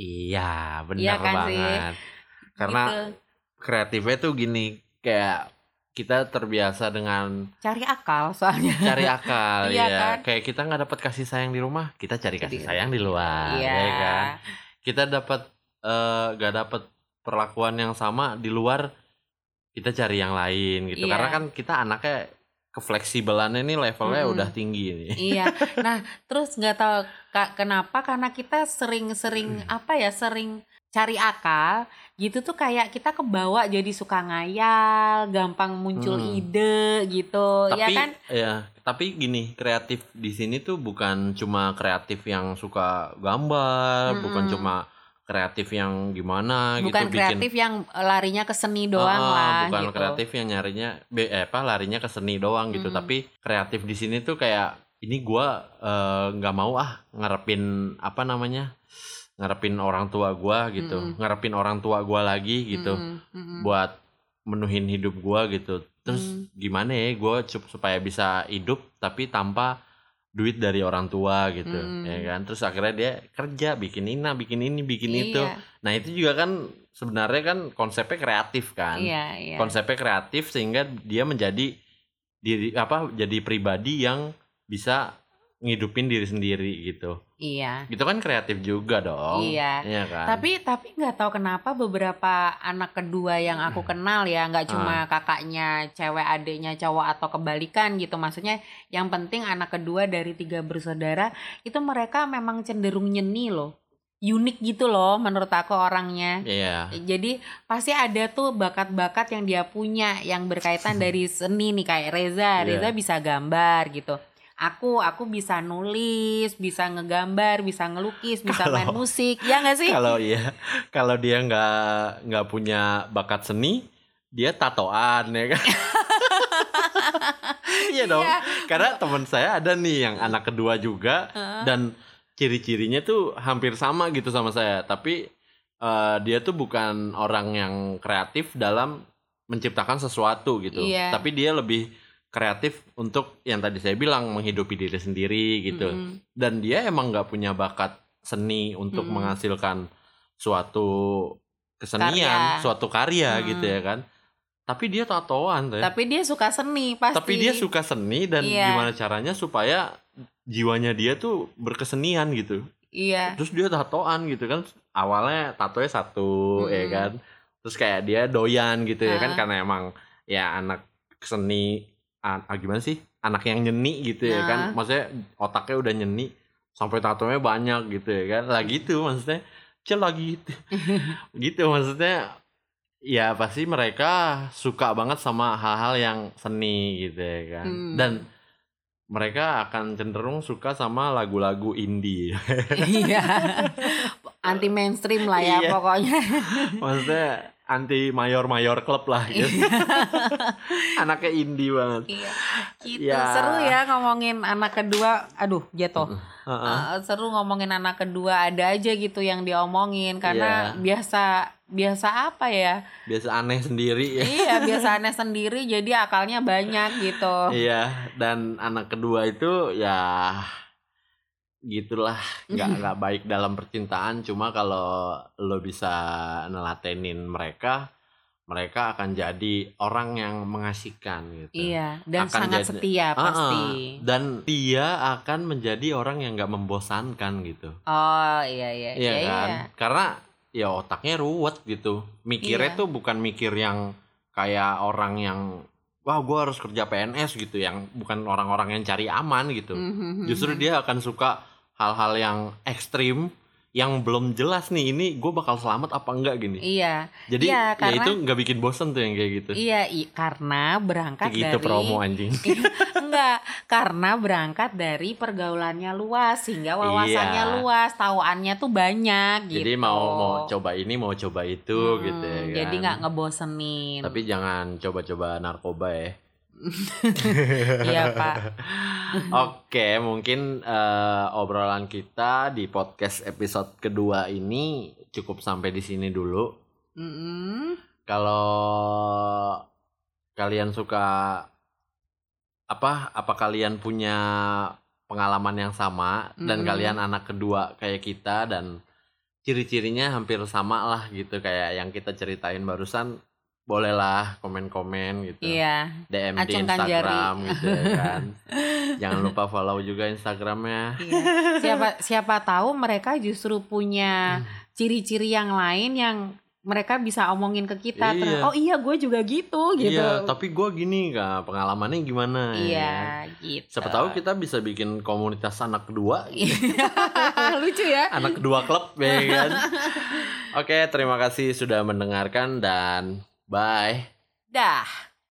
Speaker 2: Iya benar
Speaker 1: ya kan
Speaker 2: banget.
Speaker 1: Sih?
Speaker 2: Karena
Speaker 1: gitu.
Speaker 2: Kreatifnya tuh gini, kayak kita terbiasa dengan
Speaker 1: cari akal soalnya.
Speaker 2: Cari akal
Speaker 1: iya
Speaker 2: ya.
Speaker 1: Kan?
Speaker 2: Kayak kita nggak dapat kasih sayang di rumah, kita cari kasih sayang di luar,
Speaker 1: iya.
Speaker 2: ya kan. Kita dapat nggak uh, dapat perlakuan yang sama di luar, kita cari yang lain gitu. Iya. Karena kan kita anaknya kefleksibelannya nih levelnya hmm. udah tinggi nih.
Speaker 1: Iya. Nah terus nggak tahu kak kenapa, karena kita sering-sering apa ya sering cari akal gitu tuh kayak kita kebawa jadi suka ngayal, gampang muncul hmm. ide gitu,
Speaker 2: tapi,
Speaker 1: ya kan?
Speaker 2: Ya, tapi gini, kreatif di sini tuh bukan cuma kreatif yang suka gambar, hmm. bukan cuma kreatif yang gimana
Speaker 1: bukan
Speaker 2: gitu,
Speaker 1: kreatif
Speaker 2: bikin,
Speaker 1: yang larinya ke seni doang
Speaker 2: uh,
Speaker 1: lah
Speaker 2: bukan
Speaker 1: gitu.
Speaker 2: Kreatif yang nyarinya eh, apa larinya ke seni doang gitu, hmm. tapi kreatif di sini tuh kayak ini gua nggak uh, mau ah ngarepin apa namanya ngarepin orang tua gua gitu, mm-hmm. ngarepin orang tua gua lagi gitu, mm-hmm. buat menuhin hidup gua gitu. Terus mm-hmm. gimana ya gua supaya bisa hidup tapi tanpa duit dari orang tua gitu, mm-hmm. ya kan. Terus akhirnya dia kerja, bikin ini, bikin ini, bikin iya. itu. Nah itu juga kan sebenarnya kan konsepnya kreatif kan,
Speaker 1: iya, iya.
Speaker 2: konsepnya kreatif sehingga dia menjadi diri apa jadi pribadi yang bisa ngidupin diri sendiri gitu.
Speaker 1: Iya.
Speaker 2: Gitu kan kreatif juga dong.
Speaker 1: Iya.
Speaker 2: Iya kan.
Speaker 1: Tapi tapi nggak tahu kenapa beberapa anak kedua yang aku kenal ya, nggak cuma ah. kakaknya cewek, adiknya cowok atau kebalikan gitu. Maksudnya yang penting anak kedua dari tiga bersaudara itu mereka memang cenderung nyeni loh. Unik gitu loh menurut aku orangnya.
Speaker 2: Iya.
Speaker 1: Jadi pasti ada tuh bakat-bakat yang dia punya yang berkaitan dari seni nih, kayak Reza. Reza yeah. bisa gambar gitu. Aku, aku bisa nulis, bisa ngegambar, bisa ngelukis, bisa kalo, main musik, ya nggak sih?
Speaker 2: Kalau iya, kalau dia nggak nggak punya bakat seni, dia tatoan ya kan? Iya dong.
Speaker 1: Iya.
Speaker 2: Karena teman saya ada nih yang anak kedua juga
Speaker 1: Heeh.
Speaker 2: dan ciri-cirinya tuh hampir sama gitu sama saya. Tapi eh, dia tuh bukan orang yang kreatif dalam menciptakan sesuatu gitu.
Speaker 1: Iya.
Speaker 2: Tapi dia lebih kreatif untuk yang tadi saya bilang menghidupi diri sendiri gitu.
Speaker 1: Mm-mm.
Speaker 2: Dan dia emang nggak punya bakat seni untuk
Speaker 1: Mm-mm.
Speaker 2: menghasilkan suatu kesenian,
Speaker 1: Karya.
Speaker 2: suatu karya
Speaker 1: Mm.
Speaker 2: gitu ya kan. Tapi dia tatoan tuh.
Speaker 1: Tapi dia suka seni pasti.
Speaker 2: Tapi dia suka seni dan
Speaker 1: Iya.
Speaker 2: gimana caranya supaya jiwanya dia tuh berkesenian gitu.
Speaker 1: Iya.
Speaker 2: Terus dia tatoan gitu kan. Awalnya tatonya satu
Speaker 1: Mm-mm.
Speaker 2: ya kan. Terus kayak dia doyan gitu ya kan
Speaker 1: Ah.
Speaker 2: karena emang ya anak seni ah, ah, gimana sih? Anak yang nyeni gitu ya kan.
Speaker 1: Nah.
Speaker 2: Maksudnya otaknya udah nyeni sampai tatonya banyak gitu ya kan. Lah gitu maksudnya. Cel lagi gitu. Gitu maksudnya ya pasti mereka suka banget sama hal-hal yang seni gitu ya kan.
Speaker 1: Hmm.
Speaker 2: Dan mereka akan cenderung suka sama lagu-lagu indie.
Speaker 1: Iya. Anti mainstream lah ya
Speaker 2: Iya.
Speaker 1: pokoknya.
Speaker 2: Maksudnya anti mayor-mayor klub lah gitu. Anaknya indie banget.
Speaker 1: Iya. Gitu.
Speaker 2: Ya.
Speaker 1: Seru ya ngomongin anak kedua. Aduh, jatuh.
Speaker 2: Heeh.
Speaker 1: Uh, seru ngomongin anak kedua, ada aja gitu yang diomongin karena
Speaker 2: Iya.
Speaker 1: biasa biasa apa ya?
Speaker 2: Biasa aneh sendiri ya.
Speaker 1: Iya, biasa aneh sendiri jadi akalnya banyak gitu.
Speaker 2: Iya, dan anak kedua itu ya gitulah, nggak nggak baik dalam percintaan. Cuma kalau lo bisa nelatenin mereka, mereka akan jadi orang yang mengasihkan gitu.
Speaker 1: Iya, dan
Speaker 2: Akan
Speaker 1: sangat
Speaker 2: jadi-
Speaker 1: setia
Speaker 2: Ah,
Speaker 1: pasti.
Speaker 2: ah. Dan dia akan menjadi orang yang nggak membosankan gitu.
Speaker 1: Oh, iya iya.
Speaker 2: Iya
Speaker 1: iya,
Speaker 2: kan?
Speaker 1: iya.
Speaker 2: Karena ya otaknya ruwet gitu. Mikirnya
Speaker 1: Iya.
Speaker 2: tuh bukan mikir yang kayak orang yang wah gue harus kerja P N S gitu, yang bukan orang-orang yang cari aman gitu.
Speaker 1: Mhm.
Speaker 2: Justru dia akan suka hal-hal yang ekstrim yang belum jelas nih, ini gue bakal selamat apa enggak gini.
Speaker 1: Iya.
Speaker 2: Jadi
Speaker 1: Iya,
Speaker 2: ya
Speaker 1: karena-
Speaker 2: itu nggak bikin bosen tuh yang kayak gitu.
Speaker 1: Iya, i- karena berangkat
Speaker 2: Gitu
Speaker 1: dari
Speaker 2: promo anjing.
Speaker 1: enggak, karena berangkat dari pergaulannya luas sehingga wawasannya
Speaker 2: Iya.
Speaker 1: luas, tahuannya tuh banyak gitu.
Speaker 2: Jadi mau mau coba ini mau coba itu
Speaker 1: Hmm,
Speaker 2: gitu ya kan.
Speaker 1: Jadi nggak ngebosenin.
Speaker 2: Tapi jangan coba-coba narkoba ya.
Speaker 1: Iya, Pak.
Speaker 2: Oke, mungkin eh, obrolan kita di podcast episode kedua ini cukup sampai di sini dulu.
Speaker 1: Mm-mm.
Speaker 2: Kalau kalian suka apa? Apa kalian punya pengalaman yang sama dan
Speaker 1: Mm-mm.
Speaker 2: kalian anak kedua kayak kita dan ciri-cirinya hampir sama lah gitu kayak yang kita ceritain barusan, bolehlah komen-komen gitu.
Speaker 1: Iya.
Speaker 2: D M di
Speaker 1: Acungkan
Speaker 2: Instagram
Speaker 1: jari.
Speaker 2: gitu ya kan. Jangan lupa follow juga Instagramnya.
Speaker 1: Iya. Siapa siapa tahu mereka justru punya
Speaker 2: Hmm.
Speaker 1: ciri-ciri yang lain yang mereka bisa omongin ke kita.
Speaker 2: Iya.
Speaker 1: Terus, oh iya gue juga gitu gitu.
Speaker 2: Iya, tapi gue gini kak, pengalamannya gimana ya?
Speaker 1: Iya, gitu.
Speaker 2: Siapa tahu kita bisa bikin komunitas anak kedua, gitu.
Speaker 1: Lucu ya.
Speaker 2: Anak kedua klub ya kan. Oke, terima kasih sudah mendengarkan dan bye.
Speaker 1: Dah.